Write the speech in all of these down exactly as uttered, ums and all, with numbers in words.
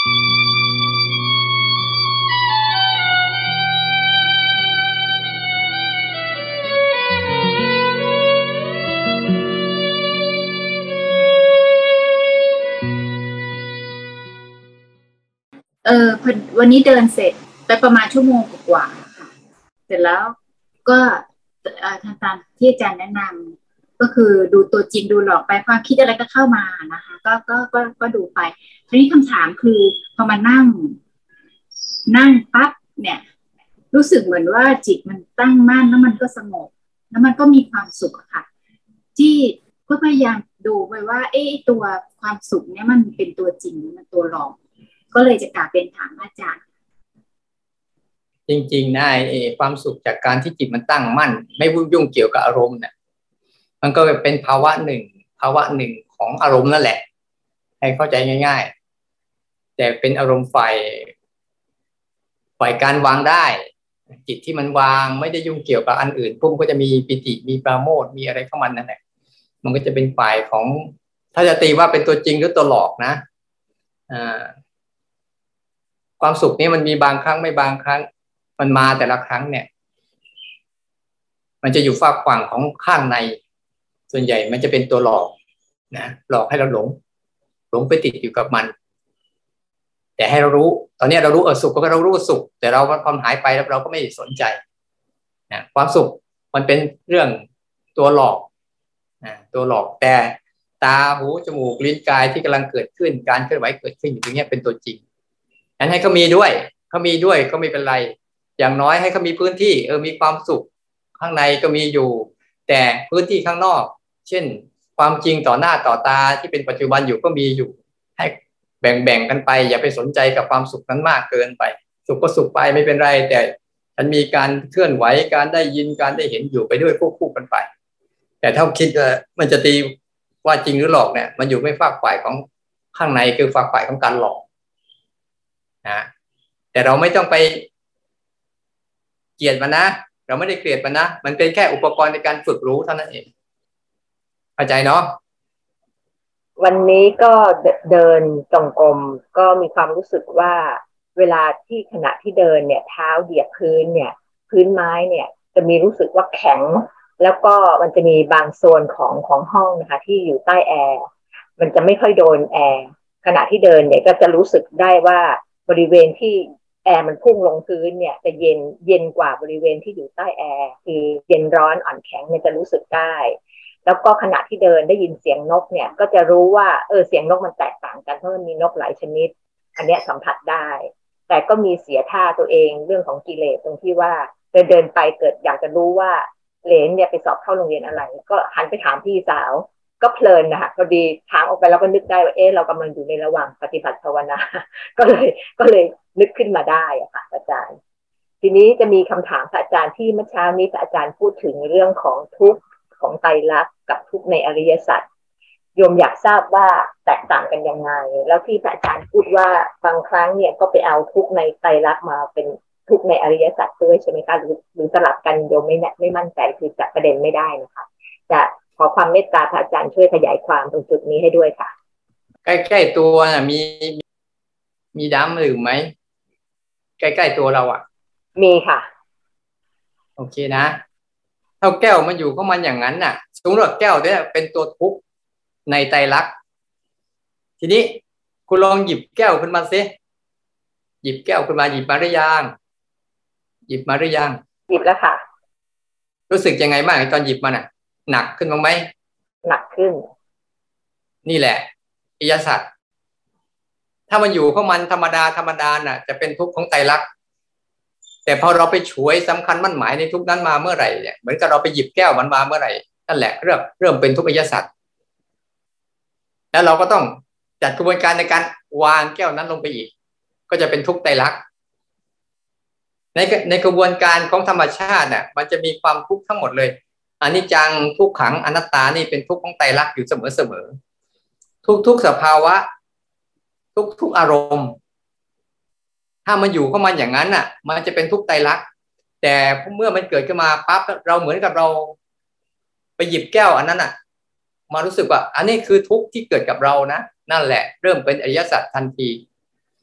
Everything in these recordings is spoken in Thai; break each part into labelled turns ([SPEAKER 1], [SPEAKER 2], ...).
[SPEAKER 1] เออวันนี้เดินเสร็จไปประมาณชั่วโมงกว่าค่ะเสร็จแล้วก็ทางตามที่อาจารย์แนะนำก็คือดูตัวจริงดูหลอกไปความคิดอะไรก็เข้ามานะคะก็ก็ก็ก็ดูไปทีนี้คำถามคือพอมานั่งนั่งปั๊บเนี่ยรู้สึกเหมือนว่าจิตมันตั้งมั่นแล้วมันก็สงบแล้วมันก็มีความสุขค่ะที่ก็พยายามดูไปว่าเอ๊ะตัวความสุขเนี่ยมันเป็นตัวจริงหรือมันตัวหลอกก็เลยจะกลับเป็นถามอาจารย์
[SPEAKER 2] จริงๆนะไอ้ความสุขจากการที่จิตมันตั้งมั่นไม่วุ่นยุ่งเกี่ยวกับอารมณ์เนี่ยมันก็เป็นภาวะหนึ่งภาวะหนึ่งของอารมณ์นั่นแหละให้เข้าใจง่ายๆแต่เป็นอารมณ์ฝ่ายฝ่ายการวางได้จิตที่มันวางไม่ได้ยุ่งเกี่ยวกับอันอื่นพวกมันก็จะมีปิติมีปราโมทย์มีอะไรเข้ามันนั่นแหละมันก็จะเป็นฝ่ายของถ้าจะตีว่าเป็นตัวจริงหรือตัวหลอกนะอ่าความสุขนี้มันมีบางครั้งไม่บางครั้งมันมาแต่ละครั้งเนี่ยมันจะอยู่ฝากฝั่งของข้างในส่วนใหญ่มันจะเป็นตัวหลอกนะหลอกให้เราหลงหลงไปติดอยู่กับมันแต่ให้เรารู้ตอนนี้เรารู้เออสุขก็เรารู้สุขแต่เราพอหายไปแล้วเราก็ไม่สนใจนะความสุขมันเป็นเรื่องตัวหลอกนะตัวหลอกแต่ตาหูจมูกลิ้นกายที่กำลังเกิดขึ้นการเคลื่อนไหวเกิดขึ้นอยู่ตรงนี้เป็นตัวจริงนั้นให้เขามีด้วยเขามีด้วยก็ไม่เป็นไรอย่างน้อยให้เขามีพื้นที่เออมีความสุขข้างในก็มีอยู่แต่พื้นที่ข้างนอกเช่นความจริงต่อหน้าต่อตาที่เป็นปัจจุบันอยู่ก็มีอยู่ให้แบ่งๆกันไปอย่าไปสนใจกับความสุขนั้นมากเกินไปสุขก็สุขไปไม่เป็นไรแต่มันมีการเคลื่อนไหวการได้ยินการได้เห็นอยู่ไปด้วยควบคู่กันไปแต่ถ้าคิดว่ามันจะตีว่าจริงหรือหลอกเนี่ยมันอยู่ไม่ฝากฝ่ายของข้างในคือฝากฝ่ายของการหลอกนะแต่เราไม่ต้องไปเกลียดมันนะเราไม่ได้เกลียดมันนะมันเป็นแค่อุปกรณ์ในการฝึกรู้เท่านั้นเองเข้าใจเนาะ
[SPEAKER 3] วันนี้ก็เดินจงกรมก็มีความรู้สึกว่าเวลาที่ขณะที่เดินเนี่ยเท้าเหยียบพื้นเนี่ยพื้นไม้เนี่ยจะมีรู้สึกว่าแข็งแล้วก็มันจะมีบางโซนของของห้องนะคะที่อยู่ใต้แอร์มันจะไม่ค่อยโดนแอร์ขณะที่เดินเนี่ยก็จะรู้สึกได้ว่าบริเวณที่แอร์มันพุ่งลงพื้นเนี่ยจะเย็นเย็นกว่าบริเวณที่อยู่ใต้แอร์คือเย็นร้อนอ่อนแข็งเนี่ยจะรู้สึกได้แล้วก็ขณะที่เดินได้ยินเสียงนกเนี่ยก็จะรู้ว่าเออเสียงนกมันแตกต่างกันเพราะมันมีนกหลายชนิดอันนี้สัมผัสได้แต่ก็มีเสียท่าตัวเองเรื่องของกิเลสตรงที่ว่าเดินเดินไปเกิดอยากจะรู้ว่าเหลนเนี่ยไปสอบเข้าโรงเรียนอะไรก็หันไปถามพี่สาวก็เพลินนะคะพอดีถามออกไปแล้วก็นึกได้ว่าเอ๊ะเรากำลังอยู่ในระหว่างปฏิบัติภาวนาก็เลยก็เลยนึกขึ้นมาได้อะค่ะอาจารย์ทีนี้จะมีคำถามพระอาจารย์ที่เมื่อเช้านี้พระอาจารย์พูดถึงเรื่องของทุกข์ของไตรลักษณ์กับทุกข์ในอริยสัจโยมอยากทราบว่าแตกต่างกันยังไงแล้วที่พระอาจารย์พูดว่าบางครั้งเนี่ยก็ไปเอาทุกข์ในไตรลักษณ์มาเป็นทุกข์ในอริยสัจด้วยใช่ไหมคะหรือหรือสลับกันโยมไม่ไม่มั่นใจคือจับประเด็นไม่ได้นะคะจะขอความเมตตาพระอาจารย์ช่วยขยายความตรงจุดนี้ให้ด้วยค่ะ
[SPEAKER 2] ใกล้ๆตัวนะมีมีดำหรือไหมใกล้ๆตัวเราอ่ะ
[SPEAKER 3] มีค่ะ
[SPEAKER 2] โอเคนะเท่าแก้วมันอยู่ของมันอย่างนั้นน่ะสมมติว่าแก้วเนี่ยเป็นตัวทุกข์ในไตรลักษณ์ทีนี้คุณลองหยิบแก้วขึ้นมาสิหยิบแก้วขึ้นมาหยิบมาหรือยังหยิบมาหรือยัง
[SPEAKER 3] หยิบแล้วค่ะ
[SPEAKER 2] รู้สึกยังไงบ้างตอนหยิบมันน่ะหนักขึ้นบ้างไหม
[SPEAKER 3] หนักขึ้น
[SPEAKER 2] นี่แหละอริยสัจถ้ามันอยู่ของมันธรรมดาธรรมดาน่ะจะเป็นทุกข์ของไตรลักษณ์แต่พอเราไปฉวยสำคัญมั่นหมายในทุกนั้นมาเมื่อไหร่เนี่ยเหมือนกับเราไปหยิบแก้วมันมาเมื่อไหร่นั่นแหละเริ่มเริ่มเป็นทุกข์อริยสัจแล้วเราก็ต้องจัดกระบวนการในการวางแก้วนั้นลงไปอีกก็จะเป็นทุกข์ไตรลักษณ์ในในกระบวนการของธรรมชาติน่ะมันจะมีความทุกข์ทั้งหมดเลยอนิจจังทุกขังอนัตตานี่เป็นทุกข์ของไตรลักษณ์อยู่เสมอเสมอทุกทุกสภาวะทุกทุกอารมณ์ถ้ามันอยู่ของมันอย่างนั้นน่ะมันจะเป็นทุกข์ไตรลักษณ์แต่เมื่อมันเกิดขึ้นมาปั๊บเราเหมือนกับเราไปหยิบแก้วอันนั้นน่ะมารู้สึกว่าอันนี้คือทุกข์ที่เกิดกับเรานะนั่นแหละเริ่มเป็นอริยสัจทันที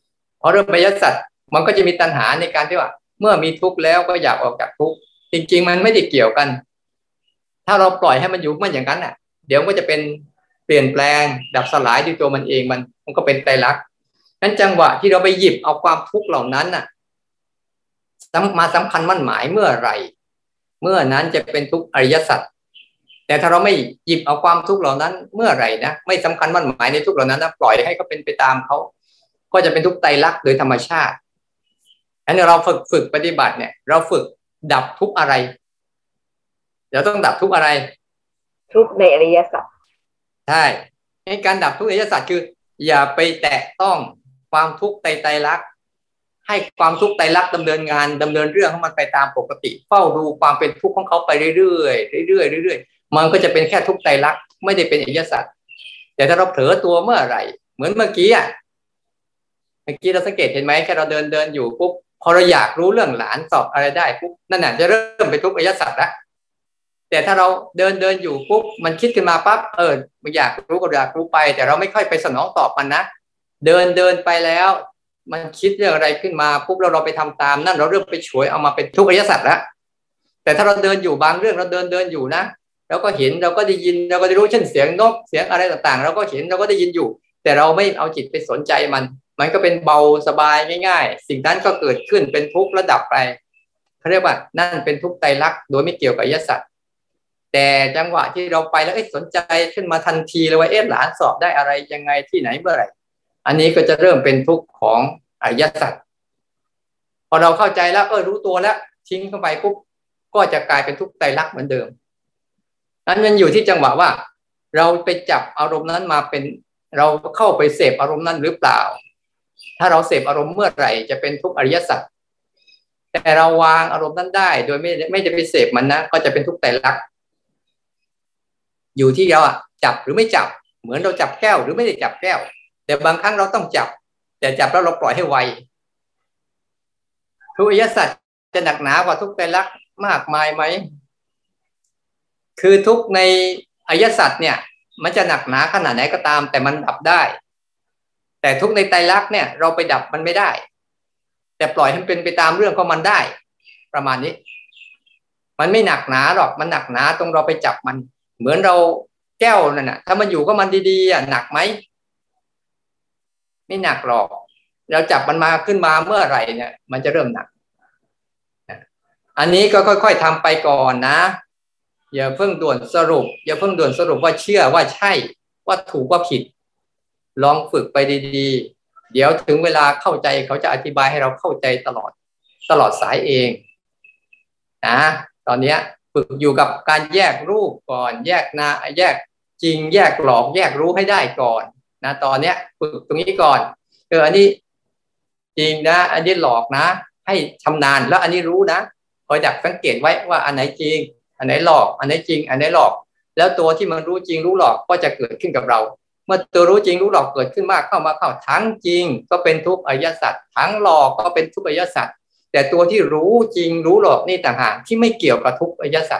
[SPEAKER 2] พอเริ่มอริยสัจมันก็จะมีตัณหาในการที่ว่าเมื่อมีทุกข์แล้วก็อยากออกจากทุกข์จริงๆมันไม่ได้เกี่ยวกันถ้าเราปล่อยให้มันอยู่มันอย่างนั้นอ่ะเดี๋ยวก็จะเป็นเปลี่ยนแปลงดับสลายด้วยตัวมันเองมันมันก็เป็นไตรลักษณ์นั้นจังหวะที่เราไปหยิบเอาความทุกข์เหล่านั้นน่ะมาสำคัญมั่นหมายเมื่อไหร่เมื่อนั้นจะเป็นทุกข์อริยสัจแต่ถ้าเราไม่หยิบเอาความทุกข์เหล่านั้นเมื่อไหร่นะไม่สำคัญมั่นหมายในทุกข์เหล่านั้นนะปล่อยให้เขาเป็นไปตามเขาก็จะเป็นทุกข์ไตรลักษณ์โดยธรรมชาติอันนี้เราฝึกฝึกปฏิบัติเนี่ยเราฝึกดับทุกข์อะไรเราต้องดับทุกข์อะไร
[SPEAKER 3] ทุกข์ในอริยสัจ
[SPEAKER 2] ใช่ในการดับทุกข์อริยสัจคืออย่าไปแตะต้องความทุกข์ไตรลักษณ์ให้ความทุกข์ไตรลักษณ์ดำเนินงานดำเนินเรื่องของมันไปตามปกติเฝ้าดูความเป็นทุกข์ของเขาไปเรื่อยๆเรื่อยๆเรื่อยๆมันก็จะเป็นแค่ทุกข์ไตรลักษณ์ไม่ได้เป็นอริยสัจแต่ถ้าเราเผลอตัวเมื่อไหร่เหมือนเมื่อกี้อ่ะเมื่อกี้เราสังเกตเห็นไหมแค่เราเดินเดินอยู่ปุ๊บพอเราอยากรู้เรื่องหลานสอบอะไรได้ปุ๊บนั่นน่ะจะเริ่มเป็นทุกข์อริยสัจแล้วแต่ถ้าเราเดินเดินอยู่ปุ๊บมันคิดขึ้นมาปั๊บเออมันอยากรู้ก็อยากรู้ไปแต่เราไม่ค่อยไปสนองตอบมันนะเดินเดินไปแล้วมันคิดเรื่องอะไรขึ้นมาปุ๊บเราเราไปทำตามนั่นเราเริ่มไปฉวยเอามาเป็นทุกข์อริยสัจแล้วแต่ถ้าเราเดินอยู่บางเรื่องเราเดินเดินอยู่นะเราก็เห็นเราก็ได้ยินเราก็ได้รู้เช่นเสียงนกเสียงอะไรต่างๆเราก็เห็นเราก็ได้ยินอยู่แต่เราไม่เอาจิตไปสนใจมันมันก็เป็นเบาสบายง่ายๆสิ่งนั้นก็เกิดขึ้นเป็นทุกข์ระดับไปเขาเรียกว่านั่นเป็นทุกข์ไตรลักษณ์โดยไม่เกี่ยวกับอริยสัจแต่จังหวะที่เราไปแล้วเอ๊ะสนใจขึ้นมาทันทีเลยว่าเอ๊ะหลานสอบได้อะไรยังไงที่ไหนเมื่อไหร่อันนี้ก็จะเริ่มเป็นทุกข์ของอริยสัจพอเราเข้าใจแล้วเออรู้ตัวแล้วทิ้งเข้าไปปุ๊บก็จะกลายเป็นทุกข์ไตรลักษณ์เหมือนเดิมนั้นมันอยู่ที่จังหวะว่าเราไปจับอารมณ์นั้นมาเป็นเราเข้าไปเสพอารมณ์นั้นหรือเปล่าถ้าเราเสพอารมณ์เมื่อไหร่จะเป็นทุกข์อริยสัจแต่เราวางอารมณ์นั้นได้โดยไม่ไม่ได้ไปเสพมันนะก็จะเป็นทุกข์ไตรลักษณ์อยู่ที่เราอะจับหรือไม่จับเหมือนเราจับแก้วหรือไม่ได้จับแก้วแต่บางครั้งเราต้องจับแต่จับแล้วเราปล่อยให้ไวทุกข์อริยสัจจะหนักหนากว่าทุกข์ไตรลักษณ์มากมายไหมคือทุกข์ในอริยสัจเนี่ยมันจะหนักหนาขนาดไหนก็ตามแต่มันดับได้แต่ทุกข์ในไตรลักษณ์เนี่ยเราไปดับมันไม่ได้แต่ปล่อยให้มันเป็นไปตามเรื่องของมันได้ประมาณนี้มันไม่หนักหนาหรอกมันหนักหนาตรงเราไปจับมันเหมือนเราแก้วนั่นน่ะถ้ามันอยู่ก็มันดีๆอ่ะหนักไหมไม่หนักหรอกเราจับมันมาขึ้นมาเมื่อไหร่เนี่ยมันจะเริ่มหนักอันนี้ก็ค่อยๆทำไปก่อนนะอย่าเพิ่งด่วนสรุปอย่าเพิ่งด่วนสรุปว่าเชื่อว่าใช่ว่าถูกว่าผิดลองฝึกไปดีๆเดี๋ยวถึงเวลาเข้าใจเขาจะอธิบายให้เราเข้าใจตลอดตลอดสายเองนะตอนนี้ฝึกอยู่กับการแยกรูปก่อนแยกนะแยกจริงแยกหลอกแยกรู้ให้ได้ก่อนนะตอนนี้ฝึกตรงนี้ก่อนเอออันนี้จริงนะอันนี้หลอกนะให้ชำนาญแล้วอันนี้รู้นะคอยดักสังเกตไว้ว่าอันไหนจริงอันไหนหลอกอันไหนจริงอันไหนหลอกแล้วตัวที่มันรู้จริงรู้หลอกก็จะเกิดขึ้นกับเราเมื่อตัวรู้จริงรู้หลอกเกิดขึ้นมากเข้ามาเข้าทั้งจริงก็เป็นทุกข์อริยสัจทั้งหลอกก็เป็นทุกข์อริยสัจแต่ตัวที่รู้จริงรู้หลอกนี่ต่างหากที่ไม่เกี่ยวกับทุกข์อริยสัจ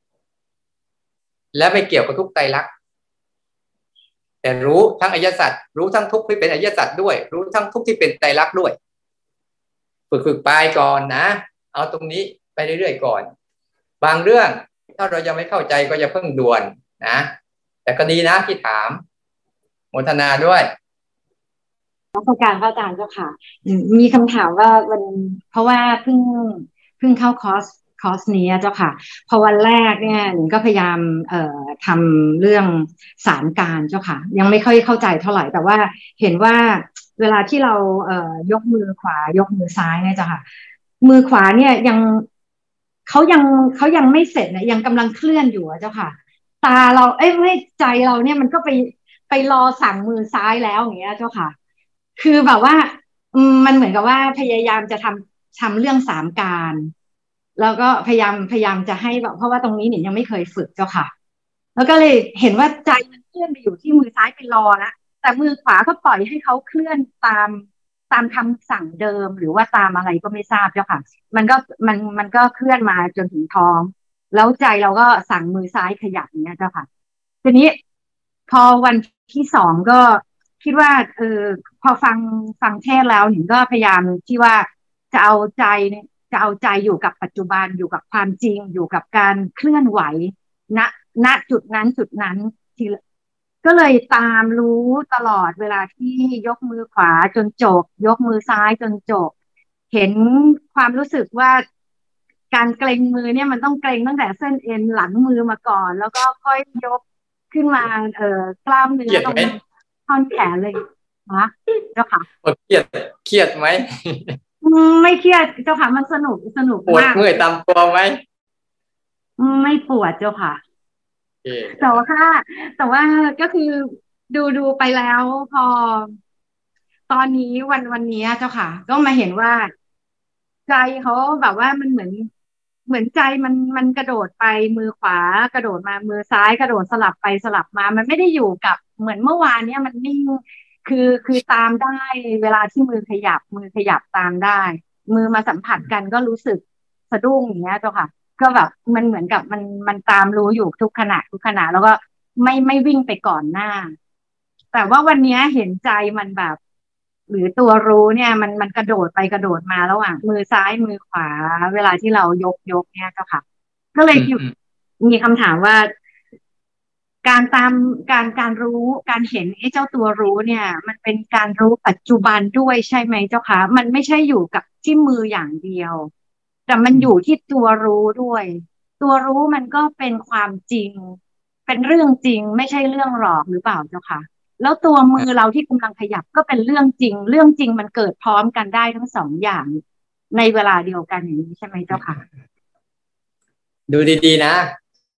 [SPEAKER 2] และไม่เกี่ยวกับทุกข์ไตรลักษณ์แต่รู้ทั้งอริยสัจรู้ทั้งทุกข์ที่เป็นอริยสัจด้วยรู้ทั้งทุกข์ที่เป็นไตรลักษณ์ด้วยฝึกฝึกไปก่อนนะเอาตรงนี้ไปเรื่อยๆก่อนบางเรื่องถ้าเรายังไม่เข้าใจก็อย่าเพิ่งด่วนนะแต่ก็ดีนะที่ถามโมทนาด้วย
[SPEAKER 4] นักการพระอาจารย์เจ้าค่ะมีคำถามว่าวันเพราะว่าเพิ่งเพิ่งเข้าคอร์สคอร์สนี้เจ้าค่ะพอวันแรกเนี่ยหนูก็พยายามเอ่อทำเรื่องสารการเจ้าค่ะยังไม่ค่อยเข้าใจเท่าไหร่แต่ว่าเห็นว่าเวลาที่เราเอ่อยกมือขวายกมือซ้ายเนี่ยเจ้าค่ะมือขวาเนี่ยยังเขายังเขายังไม่เสร็จนะยังกำลังเคลื่อนอยู่เจ้าค่ะตาเราเอ้ยไม่ใจเราเนี่ยมันก็ไปไปรอสั่งมือซ้ายแล้วอย่างเงี้ยเจ้าค่ะคือแบบว่ามันเหมือนกับว่าพยายามจะทำทำเรื่องสามการแล้วก็พยายามพยายามจะให้แบบเพราะว่าตรงนี้เนี่ยยังไม่เคยฝึกเจ้าค่ะแล้วก็เลยเห็นว่าใจมันเคลื่อนไปอยู่ที่มือซ้ายไปรอแล้วแต่มือขวาก็ปล่อยให้เขาเคลื่อนตามตามคำสั่งเดิมหรือว่าตามอะไรก็ไม่ทราบเจ้าค่ะมันก็มันมันก็เคลื่อนมาจนถึงท้องแล้วใจเราก็สั่งมือซ้ายขยับอย่างเงี้ยเจ้าค่ะทีนี้พอวันที่สองก็คิดว่าเออพอฟังฟังเทศแล้วหนิงก็พยายามที่ว่าจะเอาใจจะเอาใจอยู่กับปัจจุบันอยู่กับความจริงอยู่กับการเคลื่อนไหวณณจุดนั้นจุดนั้นทีก็เลยตามรู้ตลอดเวลาที่ยกมือขวาจนจบยกมือซ้ายจนจบเห็นความรู้สึกว่าการเกร็งมือเนี่ยมันต้องเกร็งตั้งแต่เส้นเอ็นหลังมือมาก่อนแล้วก็ค่อยยกขึ้นมาเอ่อกล้ามเนื้อตรงท่อนแขนเลยนะเจ้าค่ะ
[SPEAKER 2] เครียดเครียดไหม
[SPEAKER 4] ไม่เครียดเจ้าค่ะมันสนุกสนุกมาก
[SPEAKER 2] ปวดเมื่อยตามตัวไหม
[SPEAKER 4] ไม่ปวดเจ้าค่ะแต่ว่าแต่ว่าก็คือดูดูไปแล้วพอตอนนี้วันวันนี้เจ้าค่ะก็มาเห็นว่าใจเขาแบบว่ามันเหมือนเหมือนใจมันมันกระโดดไปมือขวากระโดดมามือซ้ายกระโดดสลับไปสลับมามันไม่ได้อยู่กับเหมือนเมื่อวานเนี้ยมันนิ่งคือคือตามได้เวลาที่มือขยับมือขยับตามได้มือมาสัมผัสกันก็รู้สึกสะดุ้งอย่างเงี้ยเจ้าค่ะก็แบบมันเหมือนกับมันมันตามรู้อยู่ทุกขณะทุกขณะแล้วก็ไม่ไม่วิ่งไปก่อนหน้าแต่ว่าวันนี้เห็นใจมันแบบหรือตัวรู้เนี่ยมันมันกระโดดไปกระโดดมาระหว่างมือซ้ายมือขวาเวลาที่เรายกยกเนี่ยเจ้าค่ะก็เลยมีคำถามว่าการตามการการรู้การเห็นไอ้เจ้าตัวรู้เนี่ยมันเป็นการรู้ปัจจุบันด้วยใช่ไหมเจ้าค่ะมันไม่ใช่อยู่กับที่มืออย่างเดียวแต่มันอยู่ที่ตัวรู้ด้วยตัวรู้มันก็เป็นความจริงเป็นเรื่องจริงไม่ใช่เรื่องหลอกหรือเปล่าเจ้าค่ะแล้วตัวมือเราที่กำลังขยับก็เป็นเรื่องจริงเรื่องจริงมันเกิดพร้อมกันได้ทั้งสองอย่างในเวลาเดียวกันอย่างนี้ใช่ไหมเจ้าค่ะ
[SPEAKER 2] ดูดีๆนะ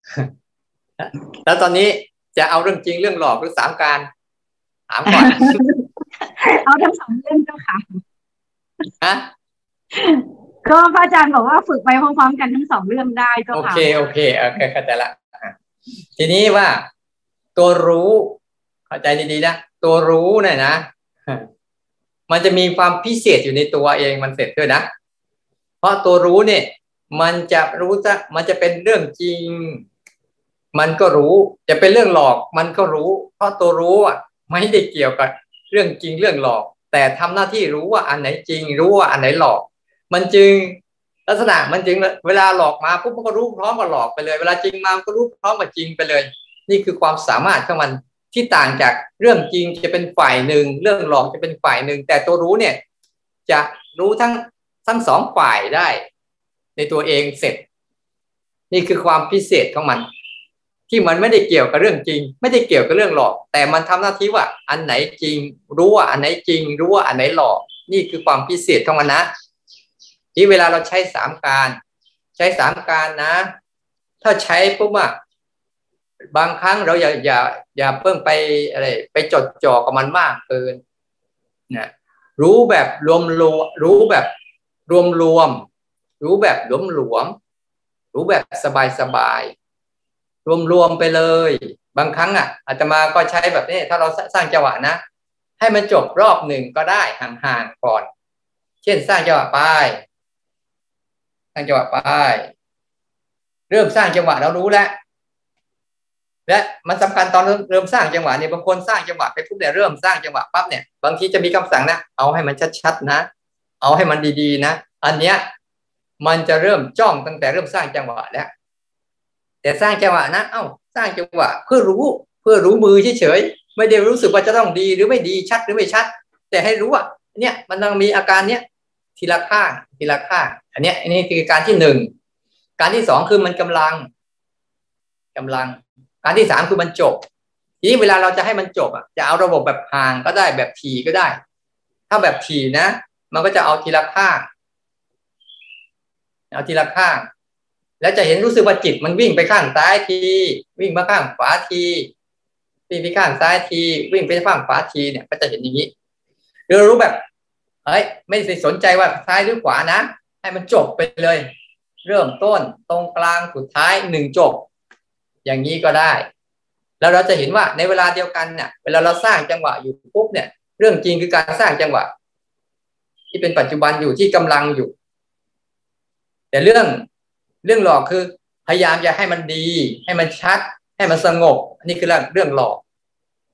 [SPEAKER 2] แล้วตอนนี้จะเอาเรื่องจริงเรื่องหลอกหรือสามการถามก่อน
[SPEAKER 4] เอาทั้งสองเรื่องเจ้าค่ะ
[SPEAKER 2] ฮะ
[SPEAKER 4] ก็พระอาจารย์บอกว่าฝึกไปพร้อมๆกันทั้งสองเรื่องได้เจ้าค่ะ
[SPEAKER 2] โอเคโอเคโอเคเข้าใจละทีนี้ว่าตัวรู้เข้าใจดีๆนะตัวรู้เนี่ยนะมันจะมีความพิเศษอยู่ในตัวเองมันเสร็จด้วยนะเพราะตัวรู้เนี่ยมันจะรู้จะมันจะเป็นเรื่องจริงมันก็รู้จะเป็นเรื่องหลอกมันก็รู้เพราะตัวรู้อ่ะไม่ได้เกี่ยวกับเรื่องจริงเรื่องหลอกแต่ทำหน้าที่รู้ว่าอันไหนจริงรู้ว่าอันไหนหลอกมันจึงลักษณะมันจึงเวลาหลอกมาปุ๊บมันก็รู้พร้อมกับหลอกไปเลยเวลาจริงมามันก็รู้พร้อมกับจริงไปเลยนี่คือความสามารถของมันที่ต่างจากเรื่องจริงจะเป็นฝ่ายหนึ่งเรื่องหลอกจะเป็นฝ่ายหนึ่งแต่ตัวรู้เนี่ยจะรู้ทั้งทั้งสองฝ่ายได้ในตัวเองเสร็จนี่คือความพิเศษของมันที่มันไม่ได้เกี่ยวกับเรื่องจริงไม่ได้เกี่ยวกับเรื่องหลอกแต่มันทำหน้าที่ว่าอันไหนจริงรู้ว่าอันไหนจริงรู้ว่าอันไหนหลอกนี่คือความพิเศษของมันนะที่เวลาเราใช้สามการใช้สามการนะถ้าใช้ปุ๊บอะบางครั้งเราอย่าอย่าอย่าเพิ่งไปอะไรไปจดจ่อกับมันมากเกินนะรู้แบบรวมรวมรู้แบบรวมรวมรู้แบบหลวมหลวมรู้แบบสบายสบายรวมรวมไปเลยบางครั้งอ่ะอาตมาก็ใช้แบบนี้ถ้าเราสร้างจังหวะนะให้มันจบรอบหนึ่งก็ได้ห่างๆก่อนเช่นสร้างจังหวะไปสร้างจังหวะไปเริ่มสร้างจังหวะเรารู้แล้วและมันสำคัญตอนเริ่มสร้างจังหวะเนี่ยบางคนสร้างจังหวะไปปุ๊บเนี่ยเริ่มสร้างจังหวะปั๊บเนี่ยบางทีจะมีคำสั่งนะเอาให้มันชัดๆนะเอาให้มันดีๆนะอันเนี้ยมันจะเริ่มจ้องตั้งแต่เริ่มสร้างจังหวะแล้วแต่สร้างจังหวะนะเอ้าสร้างจังหวะเพื่อรู้เพื่อรู้มือเฉยๆไม่ได้รู้สึกว่าจะต้องดีหรือไม่ดีชัดหรือไม่ชัดแต่ให้รู้ว่าเนี่ยมันต้องมีอาการเนี้ยทีละข้างทีละข้างอันเนี้ยอันนี้คือการที่หนึ่งการที่สองคือมันกำลังกำลังการที่สามคือมันจบทีนี้เวลาเราจะให้มันจบอ่ะจะเอาระบบแบบห่างก็ได้แบบถี่ก็ได้ถ้าแบบถี่นะมันก็จะเอาทีละข้างเอาทีละข้างแล้วจะเห็นรู้สึกว่าจิตมันวิ่งไปข้างซ้ายทีวิ่งมาข้างขวาทีวิ่งไปข้างซ้ายทีวิ่งไปข้างขวาทีเนี่ยก็จะเห็นอย่างนี้หรือรู้แบบเฮ้ยไม่ได้สนใจว่าซ้ายหรือขวานะให้มันจบไปเลยเริ่มต้นตรงกลางสุดท้ายหนึ่งจบอย่างนี้ก็ได้แล้วเราจะเห็นว่าในเวลาเดียวกันเนี่ยเวลาเราสร้างจังหวะอยู่ปุ๊บเนี่ยเรื่องจริงคือการสร้างจังหวะที่เป็นปัจจุบันอยู่ที่กำลังอยู่แต่เรื่องเรื่องหลอกคือพยายามจะให้มันดีให้มันชัดให้มันสงบอันนี้คือเรื่องหลอก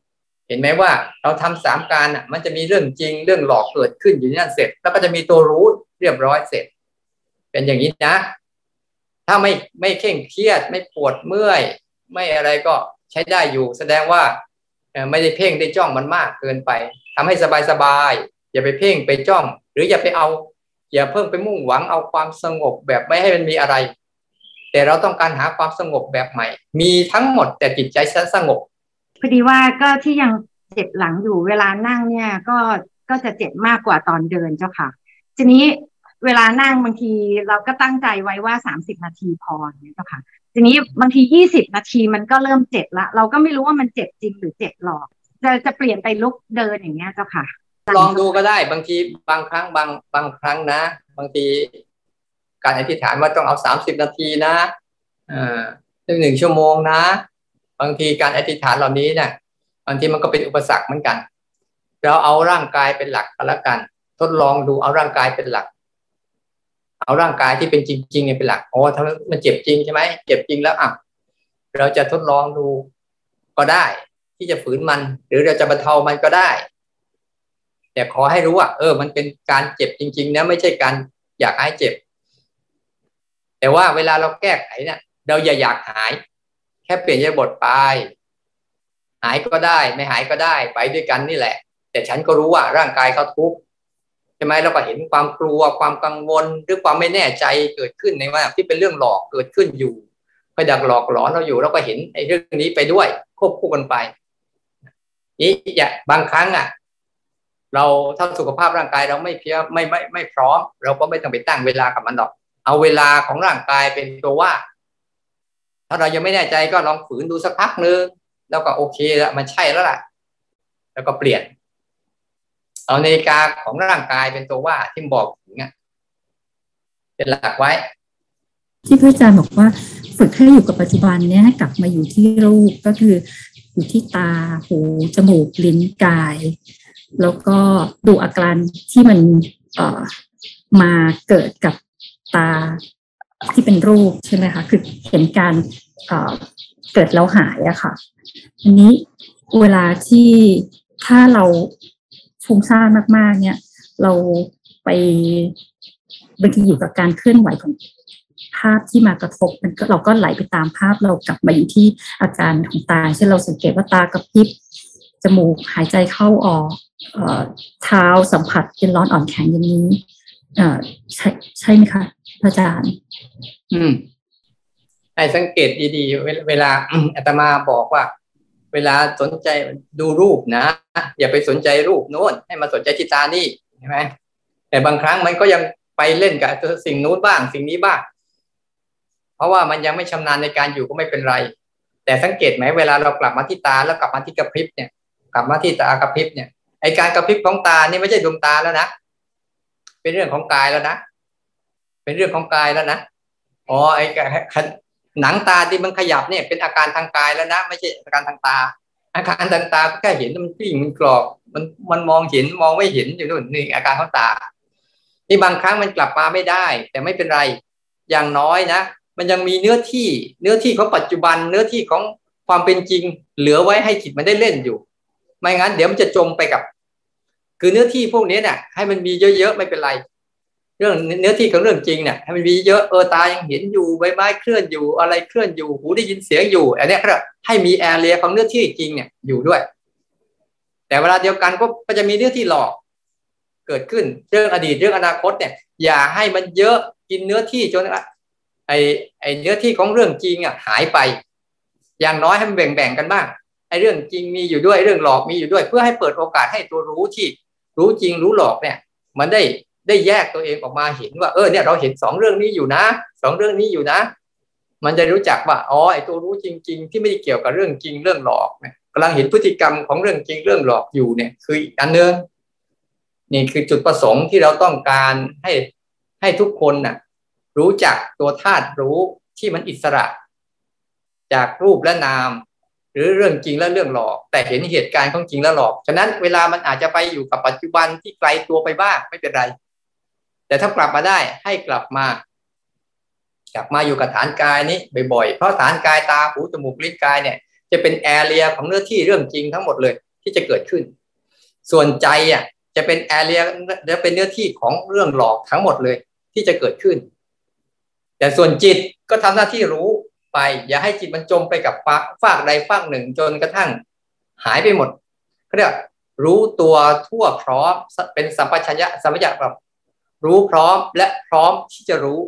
[SPEAKER 2] เห็นไหมว่าเราทำสามการอ่ะมันจะมีเรื่องจริงเรื่องหลอกเกิดขึ้นอยู่นั่นเสร็จแล้วก็จะมีตัวรู้เรียบร้อยเสร็จเป็นอย่างนี้นะถ้าไม่ไม่เคร่งเครียดไม่ปวดเมื่อยไม่อะไรก็ใช้ได้อยู่แสดงว่าไม่ได้เพ่งได้จ้องมันมากเกินไปทำให้สบายๆอย่าไปเพ่งไปจ้องหรืออย่าไปเอาอย่าเพิ่งไปมุ่งหวังเอาความสงบแบบไม่ให้มันมีอะไรแต่เราต้องการหาความสงบแบบใหม่มีทั้งหมดแต่จิตใจสงบ
[SPEAKER 4] พอดีว่าก็ที่ยังเจ็บหลังอยู่เวลานั่งเนี่ยก็ก็จะเจ็บมากกว่าตอนเดินเจ้าค่ะทีนี้เวลานั่งบางทีเราก็ตั้งใจไว้ว่าสามสิบนาทีพอเนี่ยเจ้าค่ะทีนี้บางทียี่สิบนาทีมันก็เริ่มเจ็บละเราก็ไม่รู้ว่ามันเจ็บจริงหรือเจ็บหลอกจะจะเปลี่ยนไปลุกเดินอย่างเงี้ยเจ้าค่ะ
[SPEAKER 2] ลองดูก็ได้บางทีบางครั้งบางบางครั้งนะบางทีการอธิษฐานว่าต้องเอาสามสิบนาทีนะอ่าหนึ่งชั่วโมงนะบางทีการอธิษฐานเหล่านี้เนี่ยบางทีมันก็เป็นอุปสรรคเหมือนกันเราเอาร่างกายเป็นหลักก็แล้วกันทดลองดูเอาร่างกายเป็นหลักเอาร่างกายที่เป็นจริงๆเนี่ยเป็นหลักโอ้ถ้ามันเจ็บจริงใช่ไหมเจ็บจริงแล้วอ่ะเราจะทดลองดูก็ได้ที่จะฝืนมันหรือเราจะบรรเทามันก็ได้แต่ขอให้รู้ว่าเออมันเป็นการเจ็บจริงๆนะไม่ใช่การอยากให้เจ็บแต่ว่าเวลาเราแก้ไขเนี่ยเราอย่าอยากหายแค่เปลี่ยนอิริยาบถไปหายก็ได้ไม่หายก็ได้ไปด้วยกันนี่แหละแต่ฉันก็รู้ว่าร่างกายเขาทุกข์ใช่ไหมเราก็เห็นความกลัวความกังวลหรือความไม่แน่ใจเกิดขึ้นในว่าที่เป็นเรื่องหลอกเกิดขึ้นอยู่คอยดักหลอกหลอนเราอยู่เราก็เห็นไอ้เรื่องนี้ไปด้วยควบคู่กันไปนี่อย่าบางครั้งอ่ะเราถ้าสุขภาพร่างกายเราไม่เพียบไม่ไม่ไม่พร้อมเราก็ไม่ต้องไปตั้งเวลากับมันหรอกเอาเวลาของร่างกายเป็นตัวว่าถ้าเรายังไม่แน่ใจก็ลองฝืนดูสักพักนึงแล้วก็โอเคแล้วมันใช่แล้วล่ะแล้วก็เปลี่ยนเอานาฬิกาของร่างกายเป็นตัวว่าที่บอกถึงเป็นหลักไว้
[SPEAKER 5] ที่พระอาจารย์บอกว่าฝึกให้อยู่กับปัจจุบันเนี่ยให้กลับมาอยู่ที่รูปก็คืออยู่ที่ตาหูจมูกลิ้นกายแล้วก็ดูอาการที่มันเอ่อมาเกิดกับตาที่เป็นรูปใช่ไหมคะคือเห็นการเอ่อเกิดแล้วหายอะค่ะอันนี้เวลาที่ถ้าเราฟุ้งซ่านมากๆเนี่ยเราไปบางทีอยู่กับการเคลื่อนไหวของภาพที่มากระทบมันก็เราก็ไหลไปตามภาพเรากลับมาอยู่ที่อาการของตาเช่นเราสังเกตว่าตากระพริบจมูกหายใจเข้าออกเอ่อเท้าสัมผัสเย็นร้อนอ่อนแข็งอย่างนี้เอ่อใช่ใช่ไหมคะอาจารย์
[SPEAKER 2] อืมให้สังเกตดีๆเวลาอาตมาบอกว่าเวลาสนใจดูรูปนะอย่าไปสนใจรูปโน้นให้มาสนใจที่ตานี่ใช่ไหมแต่บางครั้งมันก็ยังไปเล่นกับสิ่งนู้นบ้างสิ่งนี้บ้างเพราะว่ามันยังไม่ชำนาญในการอยู่ก็ไม่เป็นไรแต่สังเกตไหมเวลาเรากลับมาที่ตาแล้วกลับมาที่กระพริบเนี่ยกลับมาที่ตากระพริบเนี่ยไอการกระพริบของตานี่ไม่ใช่ดวงตาแล้วนะเป็นเรื่องของกายแล้วนะเป็นเรื่องของกายแล้วนะอ๋อไอหนังตาที่มันขยับเนี่ยเป็นอาการทางกายแล้วนะไม่ใช่อาการทางตาอาการทางตาก็แค่เห็นมันปิ้งมันกรอบมันมันมองเห็นมองไม่เห็นอยู่นู่นนี่อาการของตาที่บางครั้งมันกลับมาไม่ได้แต่ไม่เป็นไรอย่างน้อยนะมันยังมีเนื้อที่เนื้อที่ของปัจจุบันเนื้อที่ของความเป็นจริงเหลือไว้ให้จิตมันได้เล่นอยู่ไม่งั้นเดี๋ยวมันจะจมไปกับคือเนื้อที่พวกนี้เนี่ยให้มันมีเยอะๆไม่เป็นไรเรื่องเนื้อที่ของเรื่องจริงเนี่ยให้มันมีเยอะเออตายังเห็นอยู่ใบไม้เคลื่อนอยู่อะไรเคลื่อนอยู่หูได้ยินเสียงอยู่อันนี้ก็ให้มีแอเรียของเนื้อที่จริงเนี่ยอยู่ด้วยแต่เวลาเดียวกันก็จะมีเนื้อที่หลอกเกิดขึ้นเรื่องอดีตเรื่องอนาคตเนี่ยอย่าให้มันเยอะกินเนื้อที่จนไอไอเนื้อที่ของเรื่องจริงอ่ะหายไปอย่างน้อยให้มันแบ่งๆกันบ้างไอเรื่องจริงมีอยู่ด้วยเรื่องหลอกมีอยู่ด้วยเพื่อให้เปิดโอกาสให้ตัวรู้ที่รู้จริงรู้หลอกเนี่ยมันได้ได้แยกตัวเองออกมาเห็นว่าเออเนี่ยเราเห็นสองเรื่องนี้อยู่นะสองเรื่องนี้อยู่นะมันจะรู้จักว่าอ๋อไอตัวรู้จริงๆที่ไม่ได้เกี่ยวกับเรื่องจริงเรื่องหลอกเนี่ยกำลังเห็นพฤติกรรมของเรื่องจริงเรื่องหลอกอยู่เนี่ยคืออีกอันนึงนี่คือจุดประสงค์ที่เราต้องการให้ให้ทุกคนน่ะรู้จักตัวธาตุรู้ที่มันอิสระจากรูปและนามหรือเรื่องจริงและเรื่องหลอกแต่เห็นเหตุการณ์ของจริงและหลอกฉะนั้นเวลามันอาจจะไปอยู่กับปัจจุบันที่ไกลตัวไปบ้างไม่เป็นไรแต่ถ้ากลับมาได้ให้กลับมากลับมาอยู่กับฐานกายนี้บ่อยๆเพราะฐานกายตาหูจมูกลิ้นกายเนี่ยจะเป็นแอเรียของเนื้อที่เรื่องจริงทั้งหมดเลยที่จะเกิดขึ้นส่วนใจอ่ะจะเป็นแอเรียจะเป็นเนื้อที่ของเรื่องหลอกทั้งหมดเลยที่จะเกิดขึ้นแต่ส่วนจิตก็ทำหน้าที่รู้ไปอย่าให้จิตมันจมไปกับฝากใดฝากหนึ่งจนกระทั่งหายไปหมดเขาเรียกรู้ตัวทั่วพร้อมเป็นสัมปชัญญะสัมปชัญญะแบบรู้พร้อมและพร้อมที่จะรู้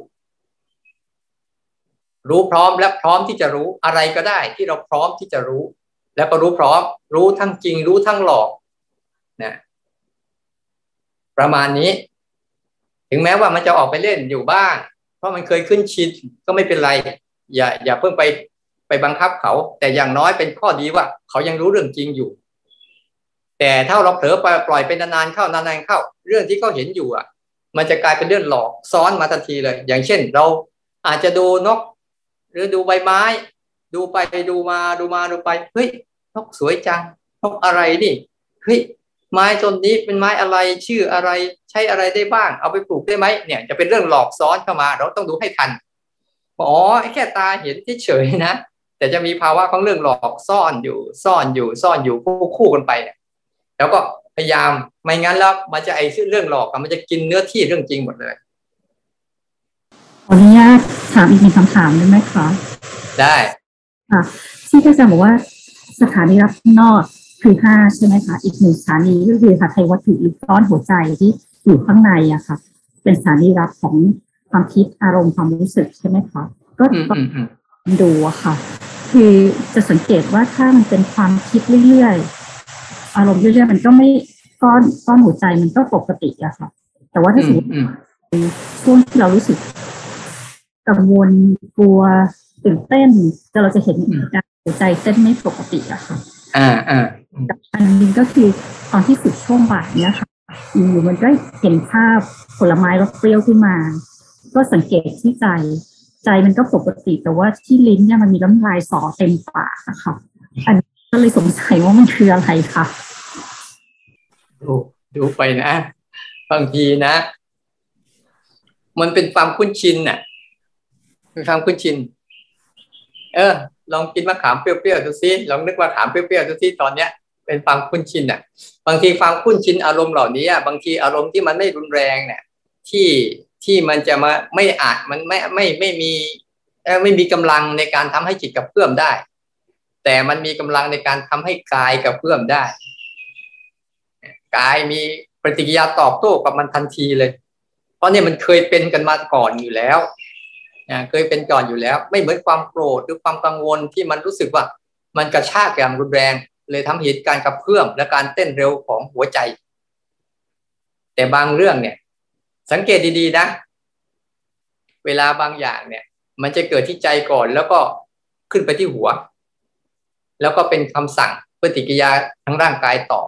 [SPEAKER 2] รู้พร้อมและพร้อมที่จะรู้อะไรก็ได้ที่เราพร้อมที่จะรู้แล้วก็รู้พร้อมรู้ทั้งจริงรู้ทั้งหลอกนะประมาณนี้ถึงแม้ว่ามันจะออกไปเล่นอยู่บ้างเพราะมันเคยขึ้นชินก็ไม่เป็นไรอย่าอย่าเพิ่งไปไปบังคับเขาแต่อย่างน้อยเป็นข้อดีว่าเขายังรู้เรื่องจริงอยู่แต่ถ้าเราเผลอไปปล่อยไปนานๆเข้านานๆเข้าเรื่องที่เขาเห็นอยู่อ่ะมันจะกลายเป็นเรื่องหลอกซ้อนมาทันทีเลยอย่างเช่นเราอาจจะดูนกหรือดูใบไม้ดูไปดูมาดูมาดูไปเฮ้ยนกสวยจังนกอะไรนี่เฮ้ยไม้ต้นนี้เป็นไม้อะไรชื่ออะไรใช้อะไรได้บ้างเอาไปปลูกได้ไหมเนี่ยจะเป็นเรื่องหลอกซ้อนเข้ามาเราต้องดูให้ทันอ๋อแค่ตาเห็นเฉยๆนะแต่จะมีภาวะของเรื่องหลอกซ่อนอยู่ซ่อนอยู่ซ่อนอยู่คู่คู่กันไปเนี่ยแล้วก็พยายามไม่งั้นแล้วมันจะไอ้เรื่องหลอกมันจะกินเนื้อที่เรื่องจริงหมดเลย
[SPEAKER 5] ขออนุญาตถามอีกหนึ่งคำถามได้ไหมคะ
[SPEAKER 2] ได้
[SPEAKER 5] ค่ะที่อาจารย์บอกว่าสถานีรับข้างนอกคือห้าใช่ไหมคะอีกหนึ่งสถานีก็คือหาไทยวัตถุหรือก้อนหัวใจที่อยู่ข้างในอะค่ะเป็นสถานีรับของความคิดอารมณ์ความรู้สึกใช่ไหมคะก็ต้องดูอะค่ะคือจะสังเกตว่าถ้ามันเป็นความคิดเรื่อยๆอารมณ์เรื่อยๆมันก็ไม่ก้อนก้อนหัวใจมันก็ปกติอะค่ะแต่ว่าถ้าสมมติช่วงที่เรารู้สึกกังวลกลัวตื่นเต้นจะเราจะเห็นการหัวใจเต้นไม่ปกติอะค่ะ
[SPEAKER 2] อ่าอ่า
[SPEAKER 5] อันนึงก็คือตอนที่ฝึกช่วงบ่ายเนี่ยค่ะอยู่มันก็เห็นภาพผลไม้รสเปรี้ยวขึ้นมาก็สังเกตที่ใจใจมันก็ปกติแต่ว่าที่ลิ้นเนี่ยมันมีน้ำลายสอเต็มปากนะคะอันนี้ก็เลยสงสัยว่ามันคืออะไรคะ
[SPEAKER 2] ดูดูไปนะบางทีนะมันเป็นความคุ้นชินน่ะเป็นความคุ้นชินเออลองกินมะขามเปรี้ยวๆดูซิลองนึกว่าขามเปรี้ยวๆดูซิตอนเนี้ยเป็นความคุ้นชินน่ะบางทีความคุ้นชินอารมณ์เหล่านี้บางทีอารมณ์ที่มันไม่รุนแรงเนี่ยที่ที่มันจะมาไม่อาจมันไม่ไม่ไม่มีไม่มีกำลังในการทำให้จิตกระเพื่อมได้แต่มันมีกำลังในการทำให้กายกระเพื่อมได้กายมีปฏิกิริยาตอบโต้กับมันทันทีเลยเพราะเนี่ยมันเคยเป็นกันมาก่อนอยู่แล้วนะเคยเป็นก่อนอยู่แล้วไม่เหมือนความโกรธหรือความกังวลที่มันรู้สึกว่ามันกระชากอย่างรุนแรงเลยทำเหตุการณ์กระเพื่อมและการเต้นเร็วของหัวใจแต่บางเรื่องเนี่ยสังเกตดีๆนะเวลาบางอย่างเนี่ยมันจะเกิดที่ใจก่อนแล้วก็ขึ้นไปที่หัวแล้วก็เป็นคำสั่งปฏิกิริยาทั้งร่างกายต่อ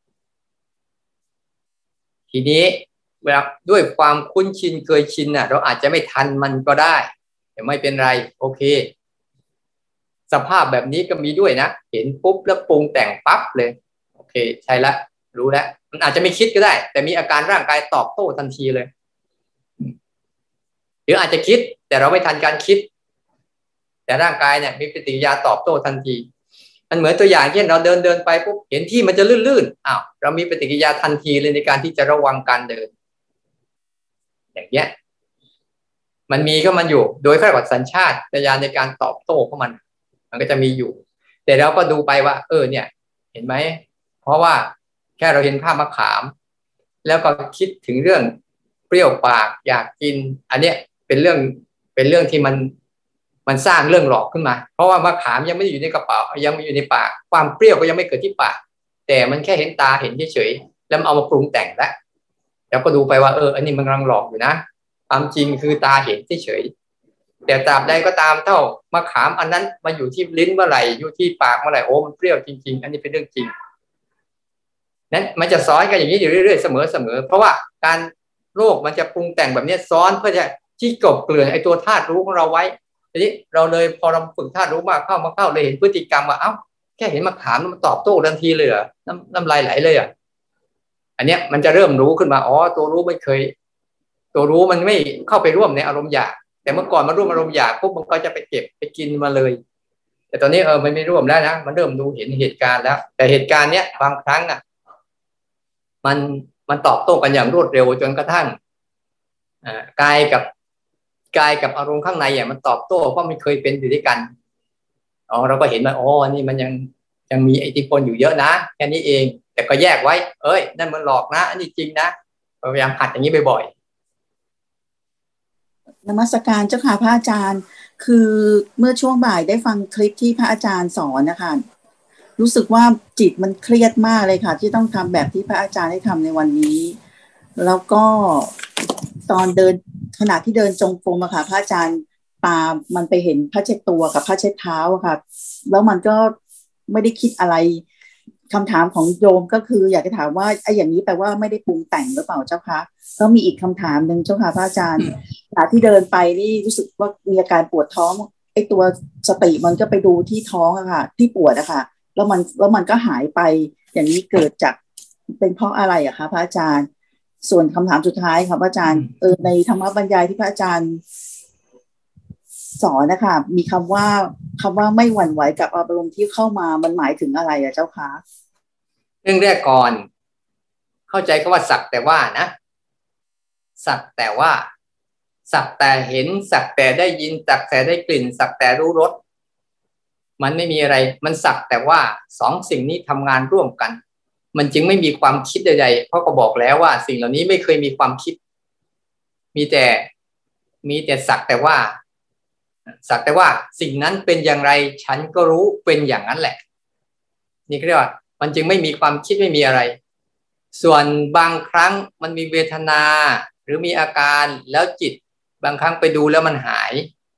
[SPEAKER 2] ทีนี้เวลาด้วยความคุ้นชินเคยชินน่ะเราอาจจะไม่ทันมันก็ได้แต่ไม่เป็นไรโอเคสภาพแบบนี้ก็มีด้วยนะเห็นปุ๊บแล้วปรุงแต่งปั๊บเลยโอเคใช่ละรู้แล้วมันอาจจะไม่คิดก็ได้แต่มีอาการร่างกายตอบโต้ทันทีเลยหรืออาจจะคิดแต่เราไม่ทันการคิดแต่ร่างกายเนี่ยมีปฏิกิริยาตอบโต้ทันทีมันเหมือนตัวอย่างเช่นเราเดินเดินไปปุ๊บเห็นที่มันจะลื่นๆอ้าวเรามีปฏิกิริยาทันทีเลยในการที่จะระวังการเดินอย่างเงี้ยมันมีก็มันอยู่โดยขั้นตอนสัญชาตญาณในการตอบโต้ของมันมันก็จะมีอยู่แต่เราก็ดูไปว่าเออเนี่ยเห็นไหมเพราะว่าแค่เราเห็นภาพมะขามแล้วก็คิดถึงเรื่องเปรี้ยวปากอยากกินอันเนี้ยเป็นเรื่องเป็นเรื่องที่มันมันสร้างเรื่องหลอกขึ้นมาเพราะว่ามะขามยังไม่อยู่ในกระเป๋ายังไม่อยู่ในปากความเปรี้ยวก็ยังไม่เกิดที่ปากแต่มันแค่เห็นตาเห็นเฉยๆแล้วเอามาปรุงแต่งแล้วแล้วก็ดูไปว่าเอออันนี้มันกำลังหลอกอยู่นะความจริงคือตาเห็นเฉยๆแต่ตราบใดก็ตามเท่ามะขามอันนั้นมาอยู่ที่ลิ้นเมื่อไหร่อยู่ที่ปากเมื่อไหร่โอ้มันเปรี้ยวจริงๆอันนี้เป็นเรื่องจริงนั้นมันจะซ้อนกันอย่างนี้อยู่เรื่อยๆเสมอๆเพราะว่าการโลกมันจะปรุงแต่งแบบนี้ซ้อนเพื่อจะที่กลบเกลื่อนไอ้ตัวธาตุรู้ของเราไว้ทีนี้เราเลยพอเราฝึกธาตุรู้มากเข้ามาเข้าเลยเห็นพฤติกรรมว่าเอ้าแค่เห็นมะขามมันตอบโต้ทันทีเลยเหรอน้ำน้ำลายไหลเลยอ่ะอันเนี้ยมันจะเริ่มรู้ขึ้นมาอ๋อตัวรู้ไม่เคยตัวรู้มันไม่เข้าไปร่วมในอารมณ์อยากแต่เมื่อก่อนมาร่วมอารมณ์อยากปุ๊บมันก็จะไปเก็บไปกินมาเลยแต่ตอนนี้เออมันไม่ร่วมแล้วนะมันเริ่มดูเห็นเหตุการณ์แล้วแต่เหตุการณ์เนี้ยบางครั้งอ่ะมันมันตอบโต้กันอย่างรวดเร็วจนกระทั่งอ่ากายกับกายกับอารมณ์ข้างในอ่ะมันตอบโต้เพราะมันเคยเป็นอยู่ด้วยกันอ๋อเราก็เห็นว่าอ๋อนี่มันยังยังมีอิทธิพลอยู่เยอะนะแค่นี้เองแต่ก็แยกไว้เอ้ยนั่นมันหลอกนะอันนี้จริงนะพยายามหัดอย่างนี้บ่อย
[SPEAKER 6] ๆนมัสการเจ้าค่ะพระอาจารย์คือเมื่อช่วงบ่ายได้ฟังคลิปที่พระอาจารย์สอนนะคะรู้สึกว่าจิตมันเครียดมากเลยค่ะที่ต้องทำแบบที่พระอาจารย์ได้ทำในวันนี้แล้วก็ตอนเดินขณะที่เดินจงกรมอะค่ะพระอาจารย์ตามันไปเห็นผ้าเช็ดตัวกับผ้าเช็ดเท้าอะค่ะแล้วมันก็ไม่ได้คิดอะไรคำถามของโยมก็คืออยากจะถามว่าไอ้อย่างนี้แปลว่าไม่ได้ปรุงแต่งหรือเปล่าเจ้าคะแล้วมีอีกคำถามหนึ่งเจ้าค่ะพระอาจารย์ขณะที่เดินไปนี่รู้สึกว่ามีอาการปวดท้องไอ้ตัวสติมันก็ไปดูที่ท้องอะค่ะที่ปวดอะค่ะแล้วมันแล้วมันก็หายไปอย่างนี้เกิดจากเป็นเพราะอะไรอะคะพระอาจารย์ส่วนคำถามสุดท้ายค่ะพระอาจารย์เออในธรรมบรรยายที่พระอาจารย์สอนนะคะมีคำว่าคำว่าไม่หวั่นไหวกับอารมณ์ที่เข้ามามันหมายถึงอะไรอะเจ้าคะ
[SPEAKER 2] เรื่องแรกก่อนเข้าใจคำว่าสักแต่ว่านะสักแต่ว่าสักแต่เห็นสักแต่ได้ยินสักแต่ได้กลิ่นสักแต่รู้รสมันไม่มีอะไรมันสักแต่ว่าสองสิ่งนี้ทำงานร่วมกันมันจึงไม่มีความคิดใดๆเพราะก็บอกแล้วว่าสิ่งเหล่านี้ไม่เคยมีความคิดมีแต่มีแต่สักแต่ว่าสักแต่ว่าสิ่งนั้นเป็นอย่างไรฉันก็รู้เป็นอย่างนั้นแหละนี่เรียกว่ามันจึงไม่มีความคิดไม่มีอะไรส่วนบางครั้งมันมีเวทนาหรือมีอาการแล้วจิตบางครั้งไปดูแล้วมันหาย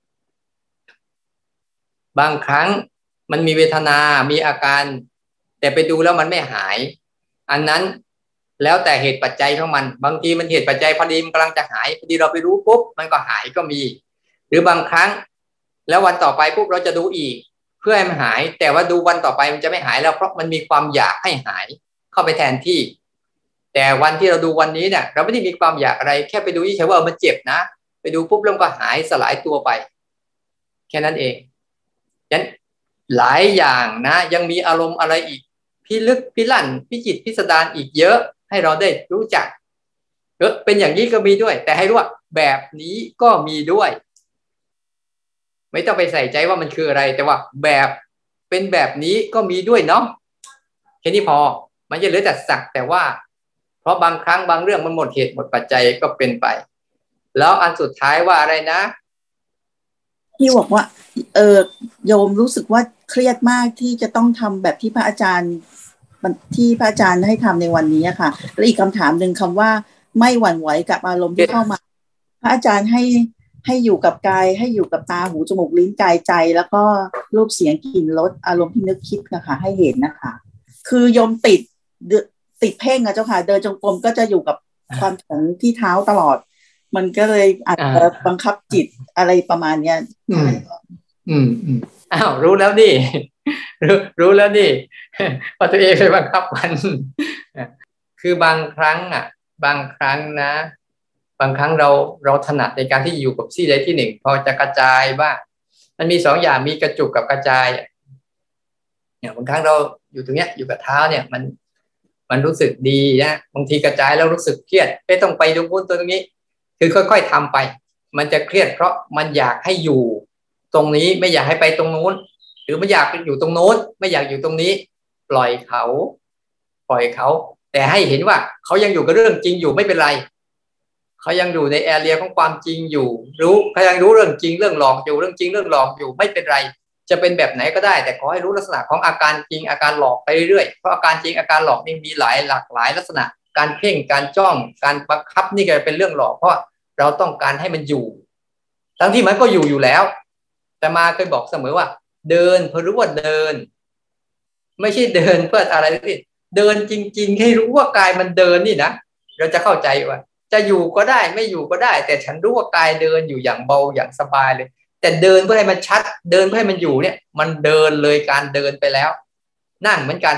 [SPEAKER 2] บางครั้งมันมีเวทนามีอาการแต่ไปดูแล้วมันไม่หายอันนั้นแล้วแต่เหตุปัจจัยของมันบางทีมันเหตุปัจจัยพอดีมันกำลังจะหายพอดีเราไปรู้ปุ๊บมันก็หายก็มีหรือบางครั้งแล้ววันต่อไปปุ๊บเราจะดูอีกเพื่อให้มันหายแต่ว่าดูวันต่อไปมันจะไม่หายแล้วเพราะมันมีความอยากให้หายเข้าไปแทนที่แต่วันที่เราดูวันนี้เนี่ยเราไม่ได้มีความอยากอะไรแค่ไปดูเฉยๆว่ามันเจ็บนะไปดูปุ๊บแล้วก็หายสลายตัวไปแค่นั้นเองฉะนั้นหลายอย่างนะยังมีอารมณ์อะไรอีกพิลึกพิลั่นพิจิตรพิสดารอีกเยอะให้เราได้รู้จักเออเป็นอย่างนี้ก็มีด้วยแต่ให้รู้ว่าแบบนี้ก็มีด้วยไม่ต้องไปใส่ใจว่ามันคืออะไรแต่ว่าแบบเป็นแบบนี้ก็มีด้วยเนาะแค่นี้พอมันจะเหลือแต่สักแต่ว่าเพราะบางครั้งบางเรื่องมันหมดเหตุหมดปัจจัยก็เป็นไปแล้วอันสุดท้ายว่าอะไรนะ
[SPEAKER 6] ที่บอกว่าเออโยมรู้สึกว่าเครียดมากที่จะต้องทำแบบที่พระอาจารย์ที่พระอาจารย์ให้ทำในวันนี้ค่ะและอีกคำถามหนึ่งคำว่าไม่หวั่นไหวกับอารมณ์ที่เข้ามาพระอาจารย์ให้ให้อยู่กับกายให้อยู่กับตาหูจมูกลิ้นกายใจแล้วก็รูปเสียงกลิ่นรสอารมณ์ที่นึกคิดนะคะให้เห็นนะคะคือโยมติดติดเพ่งอะเจ้าค่ะเดินจงกรมก็จะอยู่กับความแข็งที่เท้าตลอดมันก็เลยอาจจะบังคับจิตอะไรประมาณเนี้ย
[SPEAKER 2] อืมอืมอืมอ้าวรู้แล้วนี่รู้รู้แล้วนี่พอตัวเองไปบังคับมันคือบางครั้งอ่ะบางครั้งนะบางครั้งเราเราถนัดในการที่อยู่กับที่ใดที่หนึ่งพอจะกระจายบ้างมันมีสองอย่างมีกระจุกกับกระจายเนี่ยบางครั้งเราอยู่ตรงเนี้ยอยู่กับเท้าเนี่ยมันมันรู้สึกดีนะบางทีกระจายแล้วรู้สึกเครียดไม่ต้องไปตรงนู้นตรงนี้คือค่อยๆทำไปมันจะเครียดเพราะมันอยากให้อยู่ตรงนี้ไม่อยากให้ไปตรงนู้นหรือไม่อยากอยู่ตรงโน้นไม่อยากอยู่ตรงนี้ปล่อยเขาปล่อยเขาแต่ให้เห็นว่าเขายังอยู่กับเรื่องจริงอยู่ไม่เป็นไรเขายังอยู่ในแอเรียของความจริงอยู่รู้เขายังรู้เรื่องจริงเรื่องหลอกอยู่เรื่องจริงเรื่องหลอกอยู่ไม่เป็นไรจะเป็นแบบไหนก็ได้แต่ขอให้รู้ลักษณะของอาการจริงอาการหลอกไปเรื่อยเพราะอาการจริงอาการหลอกนี่มีหลายหลากหลายลักษณะการเพ่งการจ้องการบังคับนี่ก็เป็นเรื่องหลอกเพราะเราต้องการให้มันอยู่ทั้งที่มันก็อยู่อยู่แล้วแต่มาเคยบอกเสมอว่าเดินเพื่อรู้ว่าเดินไม่ใช่เดินเพื่ออะไรนี่เดินจริงๆให้รู้ว่ากายมันเดินนี่นะเราจะเข้าใจว่าจะอยู่ก็ได้ไม่อยู่ก็ได้แต่ฉันรู้ว่ากายเดินอยู่อย่างเบาอย่างสบายเลยแต่เดินเพื่อให้มันชัดเดินเพื่อให้มันอยู่เนี่ยมันเดินเลยการเดินไปแล้วนั่งเหมือนกัน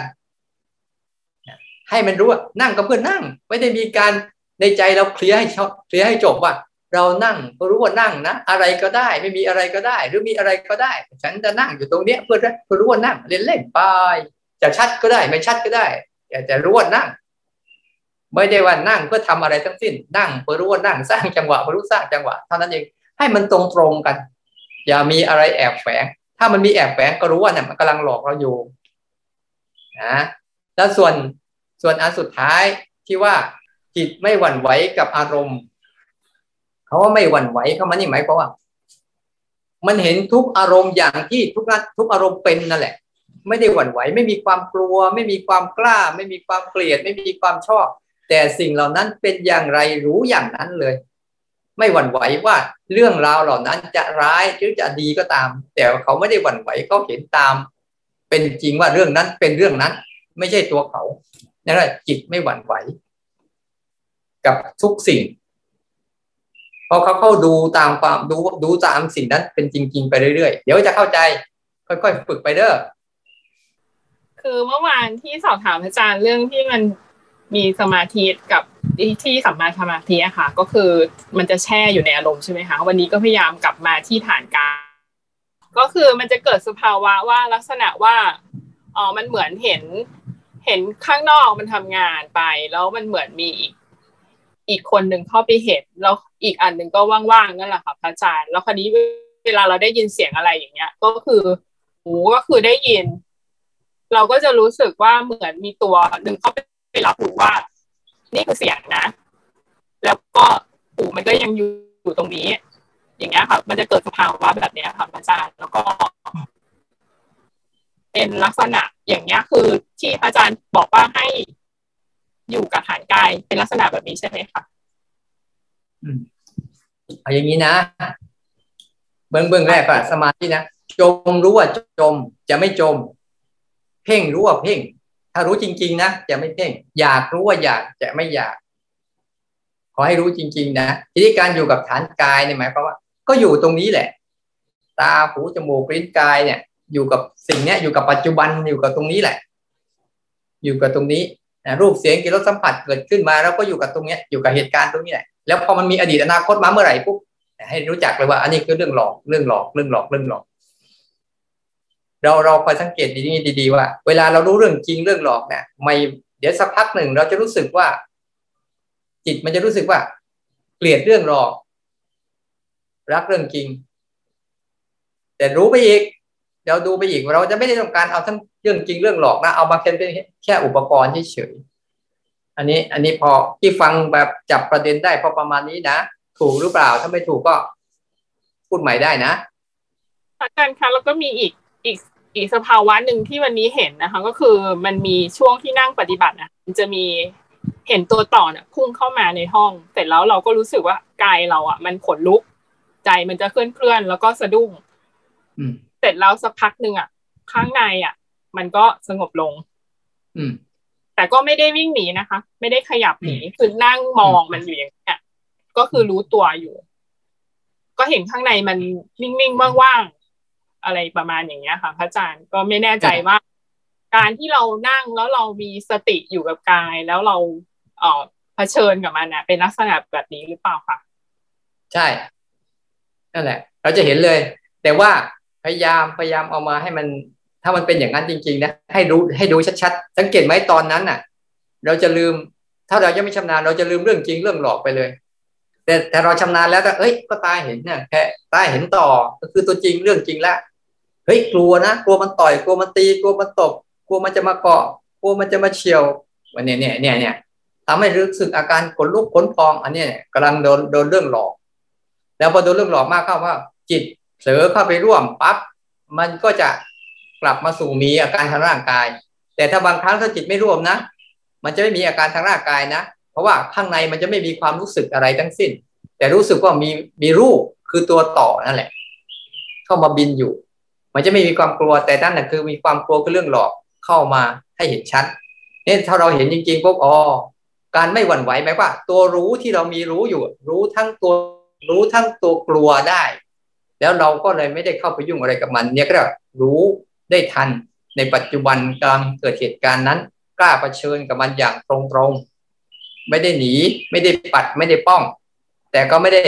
[SPEAKER 2] ให้มันรู้ว่านั่งก็เพื่อนั่งไม่ได้มีการในใจเราเคลียร์ให้เคลียร์ให้จบว่าเรานั่งก็รู้ว่านั่งนะอะไรก็ได้ไม่มีอะไรก็ได้หรือมีอะไรก็ได้ฉันจะนั่งอยู่ตรงเนี้ยเพื่อเพื่อรู้ว่านั่งเล่นเล่นไปจะชัดก็ได้ไม่ชัดก็ได้อยากจะรู้ว่านั่งไม่ได้ว่านั่งเพื่อทำอะไรทั้งสิ้นนั่งเพื่อรู้ว่านั่งสร้างจังหวะเพื่อรู้สร้างจังหวะเท่านั้นเองให้มันตรงตรงกันอย่ามีอะไรแอบแฝงถ้ามันมีแอบแฝงก็รู้ว่าเนี่ยมันกำลังหลอกเราอยู่นะแล้วส่วนส่วนอันสุดท้ายที่ว่าจิตไม่หวั่นไหวกับอารมณ์เขาว่าไม่หวั่นไหวเขามันนี่หมายความว่ามันเห็นทุกอารมณ์อย่างที่ทุกนัดทุกอารมณ์เป็นนั่นแหละไม่ได้หวั่นไหวไม่มีความกลัวไม่มีความกล้าไม่มีความเกลียดไม่มีความชอบแต่สิ่งเหล่านั้นเป็นอย่างไรรู้อย่างนั้นเลยไม่หวั่นไหวว่าเรื่องราวเหล่านั้นจะร้ายหรือจะดีก็ตามแต่เขาไม่ได้หวั่นไหวเขาเห็นตามเป็นจริงว่าเรื่องนั้นเป็นเรื่องนั้นไม่ใช่ตัวเขานั่นแหละจิตไม่หวั่นไหวกับทุกสิ่งพอเขาเข้าดูตามความดูดูตามสิ่งนั้นเป็นจริงๆไปเรื่อยๆเดี๋ยวจะเข้าใจค่อยๆฝึกไปเด้อ
[SPEAKER 7] คือเมื่อวานที่สอบถามอาจารย์เรื่องที่มันมีสมาธิกับที่สัมมาสมาธิอะค่ะก็คือมันจะแช่อยู่ในอารมณ์ใช่ไหมคะวันนี้ก็พยายามกลับมาที่ฐานกายก็คือมันจะเกิดสภาวะว่าลักษณะว่าอ๋อมันเหมือนเห็นเห็นข้างนอกมันทำงานไปแล้วมันเหมือนมีอีกอีกคนหนึ่งเข้าไปเห็นแล้วอีกอันหนึ่งก็ว่างๆนั่นแหละค่ะพระอาจารย์แล้วคราวนี้เวลาเราได้ยินเสียงอะไรอย่างเงี้ยก็คือหูก็คือได้ยินเราก็จะรู้สึกว่าเหมือนมีตัวหนึ่งเข้าไปรับรู้ว่านี่คือเสียงนะแล้วก็หูมันก็ยังอยู่ตรงนี้อย่างเงี้ยค่ะมันจะเกิดสภาวะแบบนี้ค่ะพระอาจารย์แล้วก็เป็นลักษณะอย่างเงี้ยคือที่อาจารย์บอกว่าให้อยู่กับฐานกายเป็นลักษณะแบบนี้ใช่ไหมคะ
[SPEAKER 2] อืมเอาอย่างนี้นะเบื้องเบื้องแรกก่อนสมาธินะจมรู้ว่าจมจะไม่จมเพ่งรู้ว่าเพ่งถ้ารู้จริงๆนะจะไม่เพ่งอยากรู้ว่าอยากจะไม่อยากขอให้รู้จริงๆนะทีนี้การอยู่กับฐานกายเนี่ยหมายความว่าก็อยู่ตรงนี้แหละตาหูจมูกลิ้นกายเนี่ยอยู่กับสิ่งเนี้ยอยู่กับปัจจุบันอยู่กับตรงนี้แหละอยู่กับตรงนี้นะรูปเสียงกลิ่นรสสัมผัสเกิดขึ้นมาแล้วก็อยู่กับตรงเนี้ยอยู่กับเหตุการณ์ตรงนี้แหละแล้วพอมันมีอดีตอนาคตมาเมื่อไหร่ปุ๊บให้รู้จักเลยว่าอันนี้คือเรื่องหลอกเรื่องหลอกเรื่องหลอกเรื่องหลอกเราเราคอยสังเกตดีๆดีๆว่าเวลาเรารู้เรื่องจริงเรื่องหลอกเนี่ยไม่เดี๋ยวสักพักหนึ่งเราจะรู้สึกว่าจิตมันจะรู้สึกว่าเกลียดเรื่องหลอกรักเรื่องจริงแต่รู้ไปอีกเราดูไปอีกเราจะไม่ได้ต้องการเอาทั้งเรื่องจริงเรื่องหลอกนะเอามาแค่เป็นแค่อุปกรณ์เฉยๆอันนี้อันนี้พอที่ฟังแบบจับประเด็นได้พอประมาณนี้นะถูกหรือเปล่าถ้าไม่ถูกก็พูดใหม่ได้นะ
[SPEAKER 7] อาจารย์คะแล้วก็มีอีกอีกอีกสภาวะหนึ่งที่วันนี้เห็นนะคะก็คือมันมีช่วงที่นั่งปฏิบัตินะมันจะมีเห็นตัวต่อเนี่ยพุ่งเข้ามาในห้องเสร็จแล้วเราก็รู้สึกว่ากายเราอ่ะมันขนลุกใจมันจะเคลื่อนเคลื่อนแล้วก็สะดุ้งเสร็จแล้วสักพักหนึ่งอ่ะข้างในอ่ะมันก็สงบลงแต่ก็ไม่ได้วิ่งหนีนะคะไม่ได้ขยับหนีคือนั่งมองมันอยู่อย่างเงี้ยก็คือรู้ตัวอยู่ก็เห็นข้างในมันนิ่งๆว่างๆอะไรประมาณอย่างเงี้ยค่ะพระอาจารย์ก็ไม่แน่ใจว่าการที่เรานั่งแล้วเรามีสติอยู่กับกายแล้วเราเอ่อเผชิญกับมันน่ะเป็นลักษณะแบบนี้หรือเปล่าคะ
[SPEAKER 2] ใช่นั่นแหละเราจะเห็นเลยแต่ว่าพยายามพยายามเอามาให้มันถ้ามันเป็นอย่างนั้นจริงๆนะให้รู้ให้ดูชัดๆสังเกตไหมตอนนั้นน่ะเราจะลืมถ้าเรายังไม่ชำนาญเราจะลืมเรื่องจริงเรื่องหลอกไปเลยแต่แต่เราชำนาญแล้วก็เอ้ยก็ตาเห็นเนี่ยแค่ตาเห็นต่อก็คือตัวจริงเรื่องจริงแล้วเฮ้ยกลัวนะกลัวมันต่อยกลัวมันตีกลัวมันตบกลัวมันจะมาเกาะกลัวมันจะมาเฉี่ยววันนี้เนี่ยเนี่ยเนี่ยทำให้รู้สึกอาการขนลุกขนพองอันนี้กำลังโดนโดนเรื่องหลอกแล้วพอโดนเรื่องหลอกมากเข้าว่าจิตเผลอเข้าไปร่วมปั๊บมันก็จะกลับมาสู่มีอาการทางร่างกายแต่ถ้าบางครั้งถ้าจิตไม่ร่วมนะมันจะไม่มีอาการทางร่างกายนะเพราะว่าข้างในมันจะไม่มีความรู้สึกอะไรทั้งสิ้นแต่รู้สึกว่ามีมีรูปคือตัวต่อนั่นแหละเข้ามาบินอยู่มันจะไม่มีความกลัวแต่นั่นแหละคือมีความกลัวคือเรื่องหลอกเข้ามาให้เห็นชัดเนี่ยถ้าเราเห็นจริงๆปุ๊บอ๋อการไม่หวั่นไหวหมายว่าตัวรู้ที่เรามีรู้อยู่รู้ทั้งตัวรู้ทั้งตัวกลัวได้แล้วเราก็เลยไม่ได้เข้าไปยุ่งอะไรกับมันเนี่ยก็รู้ได้ทันในปัจจุบันกำลังเกิดเหตุการณ์นั้นกล้าเผชิญกับมันอย่างตรงๆไม่ได้หนีไม่ได้ปัดไม่ได้ป้องแต่ก็ไม่ได้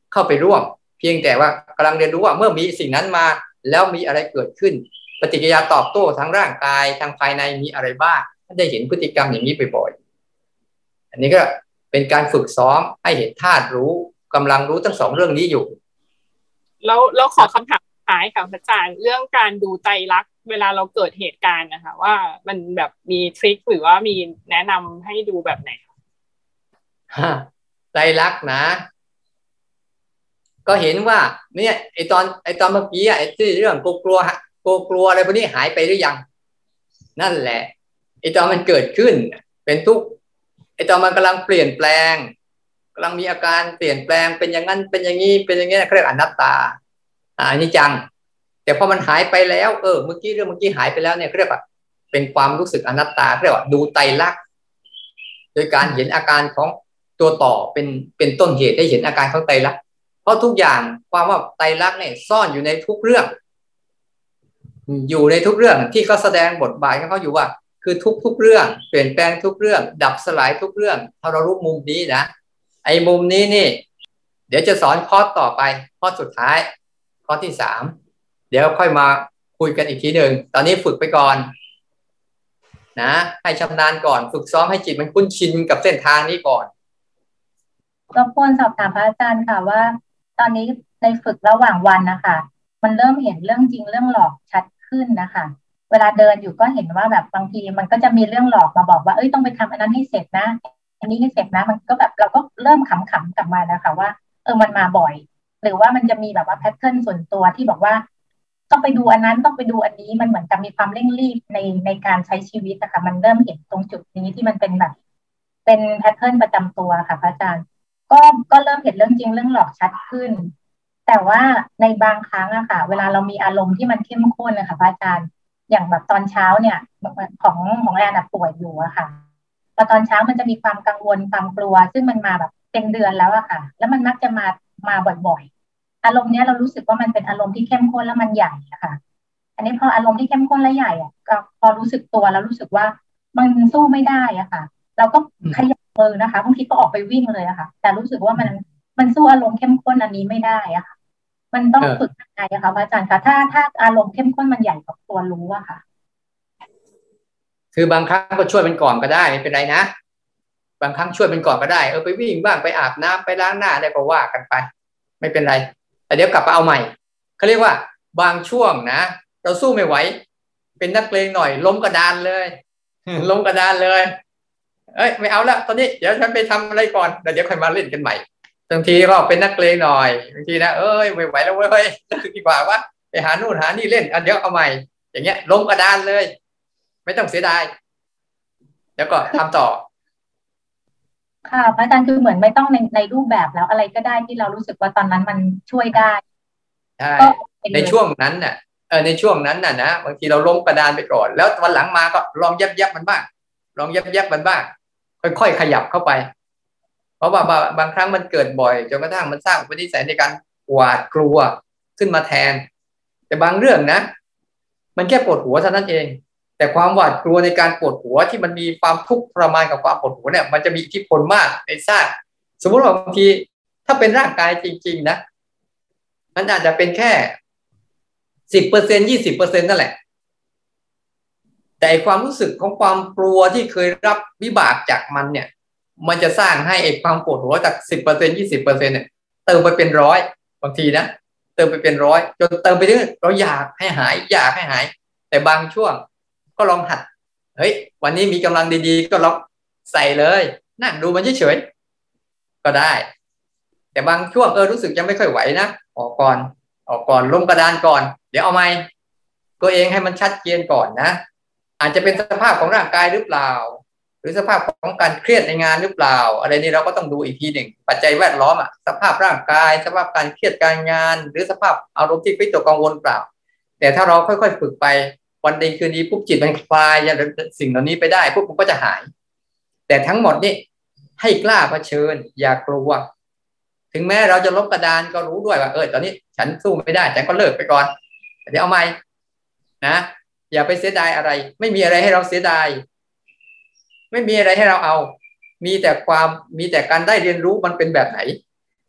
[SPEAKER 2] เข้าไปร่วมเพียงแต่ว่ากำลังเรียนรู้ว่าเมื่อมีสิ่งนั้นมาแล้วมีอะไรเกิดขึ้นปฏิกิริยาตอบโต้ทางร่างกายทางภายในมีอะไรบ้างได้เห็นพฤติกรรมอย่างนี้บ่อยๆอันนี้ก็เป็นการฝึกซ้อมให้เห็นธาตุรู้กำลังรู้ทั้งสองเรื่องนี้อยู่
[SPEAKER 7] แล้วเราขอคำถามสุดท้ายค่ะอาจารย์เรื่องการดูไตรลักษณ์เวลาเราเกิดเหตุการณ์นะคะว่ามันแบบมีทริคหรือว่ามีแนะนำให้ดูแบบไหน
[SPEAKER 2] คะไตรลักษณ์นะก็เห็นว่าเนี่ยไอตอนไอตอนเมื่อกี้ไอที่เรื่องกลัวกลัวกลัวกลัวอะไรพวกนี้หายไปหรือยังนั่นแหละไอตอนมันเกิดขึ้นเป็นทุกข์ไอตอนมันกำลังเปลี่ยนแปลงกำลังมีอาการเปลี่ยนแปลงเป็นอย่างนั้นเป็นอย่างนี้เป็นอย่างนี้เรียกอนัตตาอ่านี่จังแต่พอมันหายไปแล้วเออเมื่อกี้เรื่องเมื่อกี้หายไปแล้วเนี่ยเรียกว่าเป็นความรู้สึกอนัตตาเรียกว่าดูไตรลักษณ์โดยการเห็นอาการของตัวต่อเป็นเป็นต้นเหตุได้เห็นอาการของไตรลักษณ์เพราะทุกอย่างความว่าไตรลักษณ์เนี่ยซ่อนอยู่ในทุกเรื่องอยู่ในทุกเรื่องที่เขาแสดงบทบาทของเขาอยู่ว่าคือทุกทุกเรื่องเปลี่ยนแปลงทุกเรื่องดับสลายทุกเรื่องถ้าเรารู้มุมนี้นะไอ้มุมนี้นี่เดี๋ยวจะสอนคอร์สต่อไปคอร์สสุดท้ายคอร์สที่สามเดี๋ยวค่อยมาคุยกันอีกทีหนึ่งตอนนี้ฝึกไปก่อนนะให้ชำนาญก่อนฝึกซ้อมให้จิตมันคุ้นชินกับเส้นทางนี้ก่อน
[SPEAKER 8] รบกวนสอบถามพระอาจารย์ค่ะว่าตอนนี้ในฝึกระหว่างวันนะคะมันเริ่มเห็นเรื่องจริงเรื่องหลอกชัดขึ้นนะคะเวลาเดินอยู่ก็เห็นว่าแบบบางทีมันก็จะมีเรื่องหลอกมาบอกว่าเอ้ยต้องไปทำอันนั้นให้เสร็จนะอันนี้ให้เสร็จนะมันก็แบบเราก็เริ่มขำๆกลับมานะคะว่าเออมันมาบ่อยหรือว่ามันจะมีแบบว่าแพทเทิร์นส่วนตัวที่บอกว่าต้องไปดูอันนั้นต้องไปดูอันนี้มันเหมือนกับมีความเร่งรีบในในการใช้ชีวิตนะคะมันเริ่มเห็นตรงจุดนี้ที่มันเป็นแบบเป็นแพทเทิร์นประจำตัวค่ะพระอาจารย์ก็ก็เริ่มเห็นเรื่องจริงเรื่องหลอกชัดขึ้นแต่ว่าในบางครั้งอะค่ะเวลาเรามีอารมณ์ที่มันเข้มข้นนะคะพระอาจารย์อย่างแบบตอนเช้าเนี่ยของของแอนป่วยอยู่อะค่ะพอตอนเช้ามันจะมีความกังวลความกลัวซึ่งมันมาแบบเป็นเดือนแล้วอะค่ะแล้วมันมักจะมามาบ่อยๆอารมณ์เนี้ยเรารู้สึกว่ามันเป็นอารมณ์ที่เข้มข้นแล้วมันใหญ่อะค่ะอันนี้พออารมณ์ที่เข้มข้นและใหญ่อะก็พอรู้สึกตัวแล้วรู้สึกว่ามันสู้ไม่ได้อะค่ะเราก็ขยับมือนะคะบางทีก็ออกไปวิ่งเลยอะค่ะแต่รู้สึกว่ามันมันสู้อารมณ์เข้มข้นอันนี้ไม่ได้อะค่ะมันต้องฝึกยังไงอะคะพระอาจารย์คะถ้าถ้าอารมณ์เข้มข้นมันใหญ่กว่าตัวรู้อะค่ะ
[SPEAKER 2] คือบางครั้งก็ช่วยมันก่อนก็ได้ไม่เป็นไรนะบางครั้งช่วยมันก่อนก็ได้เออไปวิ่งบ้างไปอาบน้ำไปล้างหน้าอะไรก็ว่ากันไปไม่เป็นไรแต่เดี๋ยวกลับมาเอาใหม่เขาเรียกว่าบางช่วงนะเราสู้ไม่ไหวเป็นนักเลงหน่อยล้มกระดานเลยล้มกระดานเลยเอ้ยไม่เอาละตอนนี้เดี๋ยวฉันไปทำอะไรก่อนเดี๋ยวค่อยมาเล่นกันใหม่บางทีก็เป็นนักเลงหน่อยบางทีนะเอ้ยไม่ไหวแล้วเว้ยดีกว่าว่าไปหานู่นหานี่เล่นอันเดี๋ยวเอาใหม่อย่างเงี้ยล้มกระดานเลยไม่ต้องเสียดายแล้วก็ทำต่อ
[SPEAKER 8] ค่ะพระอาจารย์คือเหมือนไม่ต้องในในรูปแบบแล้วอะไรก็ได้ที่เรารู้สึกว่าตอนนั้นมันช่วยได้
[SPEAKER 2] ใช่ในช่วงนั้นน่ะเออในช่วงนั้นน่ะนะบางทีเราล้มกระดานไปก่อนแล้ววันหลังมาก็ลองยับยับมันบ้างลองยับยับมันบ้างค่อยๆขยับเข้าไปเพราะว่าบางครั้งมันเกิดบ่อยจนกระทั่งมันสร้างอุปนิสัยในการหวาดกลัวขึ้นมาแทนแต่บางเรื่องนะมันแค่ปวดหัวเท่านั้นเองแต่ความหวาดกลัวในการปวดหัวที่มันมีความทุกข์ทรมานกับความปวดหัวเนี่ยมันจะมีอิทธิพลมากในซากสมมติว่าบางทีถ้าเป็นร่างกายจริงๆนะมันอาจจะเป็นแค่สิบเปอร์เซ็นยี่สิบเปอร์เซ็นนั่นแหละแต่ความรู้สึกของความกลัวที่เคยรับวิบากจากมันเนี่ยมันจะสร้างให้ไอ้ความปวดหัวจากสิบเปอร์เซ็นยี่สิบเปอร์เซ็นเนี่ยเติมไปเป็นร้อยบางทีนะเติมไปเป็นร้อยจนเติมไปเรื่อยเราอยากให้หายอยากให้หายแต่บางช่วงก็ลองหัดเฮ้ยวันนี้มีกำลังดีๆก็ลองใส่เลยนั่งดูมันเฉยๆก็ได้แต่บางช่วงเออรู้สึกยังไม่ค่อยไหวนะออกก่อนออกก่อนล้มกระดานก่อนเดี๋ยวเอาใหม่ตัวเองให้มันชัดเจนก่อนนะอาจจะเป็นสภาพของร่างกายหรือเปล่าหรือสภาพของการเครียดในงานหรือเปล่าอะไรนี้เราก็ต้องดูอีกทีหนึ่งปัจจัยแวดล้อมอ่ะสภาพร่างกายสภาพการเครียดการงานหรือสภาพอารมณ์ที่วิตกกังวลเปล่าแต่ถ้าเราค่อยๆฝึกไปวันดีคืนดีปุ๊บจิตมันคลายอย่างสิ่งเหล่านี้ไปได้ปุ๊บมันก็จะหายแต่ทั้งหมดนี่ให้กล้าเผชิญอย่ากลัวถึงแม้เราจะล้มกระดานก็รู้ด้วยว่าเออตอนนี้ฉันสู้ไม่ได้ฉันก็เลิกไปก่อนเดี๋ยวเอาใหม่นะอย่าไปเสียดายอะไรไม่มีอะไรให้เราเสียดายไม่มีอะไรให้เราเอามีแต่ความมีแต่การได้เรียนรู้มันเป็นแบบไหน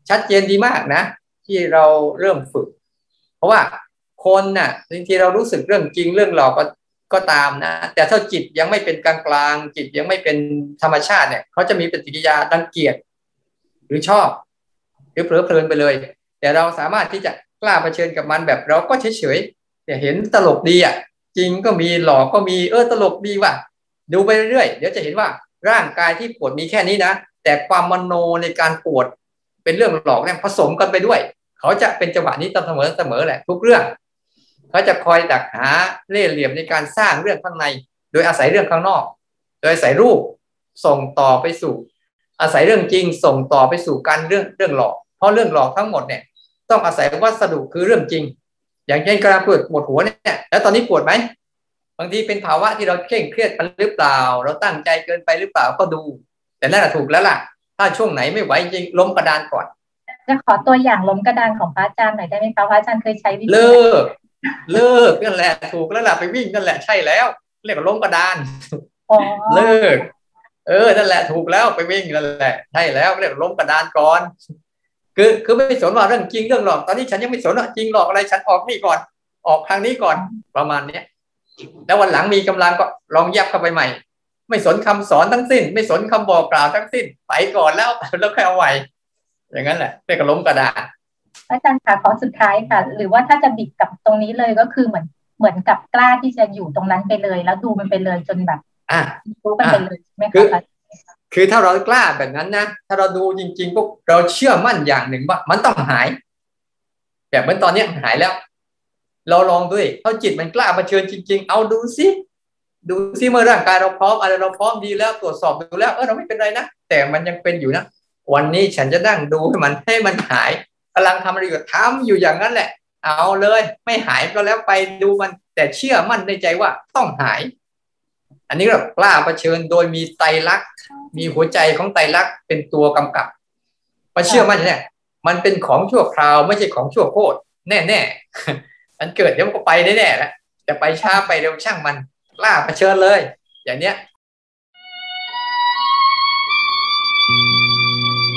[SPEAKER 2] ชัดเจนดีมากนะที่เราเริ่มฝึกเพราะว่าคนน่ะบางทีเรารู้สึกเรื่องจริงเรื่องหลอกก็ก็ตามนะแต่ถ้าจิตยังไม่เป็นกลางกลางจิตยังไม่เป็นธรรมชาติเนี่ยเขาจะมีปฏิกิริยารังเกียจหรือชอบหรือเพลิดเพลินไปเลยแต่เราสามารถที่จะกล้าเผชิญกับมันแบบเราก็เฉยๆแต่เห็นตลกดีอ่ะจริงก็มีหลอกก็มีเออตลกดีว่ะดูไปเรื่อยๆเดี๋ยวจะเห็นว่าร่างกายที่ปวดมีแค่นี้นะแต่ความมโนในการปวดเป็นเรื่องหลอกเนี่ยผสมกันไปด้วยเขาจะเป็นจังหวะนี้เสมอเสมอแหละทุกเรื่องเขาจะคอยดักหาเล่ห์เหลี่ยมในการสร้างเรื่องข้างในโดยอาศัยเรื่องข้างนอกโดยอาศัยรูปส่งต่อไปสู่อาศัยเรื่องจริงส่งต่อไปสู่การเรื่องเรื่องหลอกเพราะเรื่องหลอกทั้งหมดเนี่ยต้องอาศัยวัสดุคือเรื่องจริงอย่างเช่นกำลังปวดปวดหัวเนี่ยแล้วตอนนี้ปวดไหมบางทีเป็นภาวะที่เราเคร่งเครียดมันหรือเปล่าเราตั้งใจเกินไปหรือเปล่าก็ดูแต่นั่นแหละถูกแล้วล่ะถ้าช่วงไหนไม่ไหวจริงล้มกระดานก่อน
[SPEAKER 8] จะขอตัวอย่างล้มกระดานของพระอาจารย์หน่อยได้ไหมคะพระอาจารย์เคยใช้วิธี
[SPEAKER 2] เลิกเลิกนั่นแหละถูกแล้วล่ะไปวิ่งนั่นแหละใช่แล้วเรียกว่าล้มกระดานเลิกเออนั่นแหละถูกแล้วไปวิ่งนั่นแหละใช่แล้วเรียกว่าล้มกระดานก่อนคือคือไม่สนว่าเรื่องจริงเรื่องหลอกตอนนี้ฉันยังไม่สนว่าจริงหลอกอะไรฉันออกนี่ก่อนออกทางนี้ก่อนประมาณเนี้ยแล้ววันหลังมีกำลังก็ลองยับเข้าไปใหม่ไม่สนคำสอนทั้งสิ้นไม่สนคำบอกกล่าวทั้งสิ้นไปก่อนแล้วแล้วค่อยเอาไว้อย่างนั้นแหละเรียกว่าล้มกระดาน
[SPEAKER 8] อาจารย์ค่ะขอสุดท้ายค่ะหรือว่าถ้าจะบิดกับตรงนี้เลยก็คือเหมือนเหมือนกับกล้าที่จะอยู่ตรงนั้นไปเลยแล้วดูมันไปเลยจนแบบ
[SPEAKER 2] อ่ะ
[SPEAKER 8] รู้มันไปเลยใช่ไหมคะ
[SPEAKER 2] คือถ้าเรากล้าแบบนั้นนะถ้าเราดูจริงๆพวกเราเชื่อมั่นอย่างหนึ่งว่ามันต้องหายแบบเหมือนตอนนี้หายแล้วเราลองด้วยถ้าจิตมันกล้าเผชิญจริงๆเอาดูซิดูซิเมื่อร่างกายเราพร้อมอะไรเราพร้อมดีแล้วตรวจสอบดูแล้วเออเราไม่เป็นไรนะแต่มันยังเป็นอยู่นะวันนี้ฉันจะนั่งดูให้มันให้มันหายกำลังทำอะไรอยู่ทำอยู่อย่างนั้นแหละเอาเลยไม่หายก็แล้วไปดูมันแต่เชื่อมั่นในใจว่าต้องหายอันนี้เรากล้าเผชิญโดยมีไตรลักษณ์มีหัวใจของไตรลักษณ์เป็นตัวกำกับมาเชื่อมั่นเนี่ยมันเป็นของชั่วคราวไม่ใช่ของชั่วโคตรแน่ๆมันเกิดเดี๋ยวมันก็ไปแน่ๆแล้วจะไปช้าไปเร็วช่างมันกล้าเผชิญเลยอย่างเนี้ย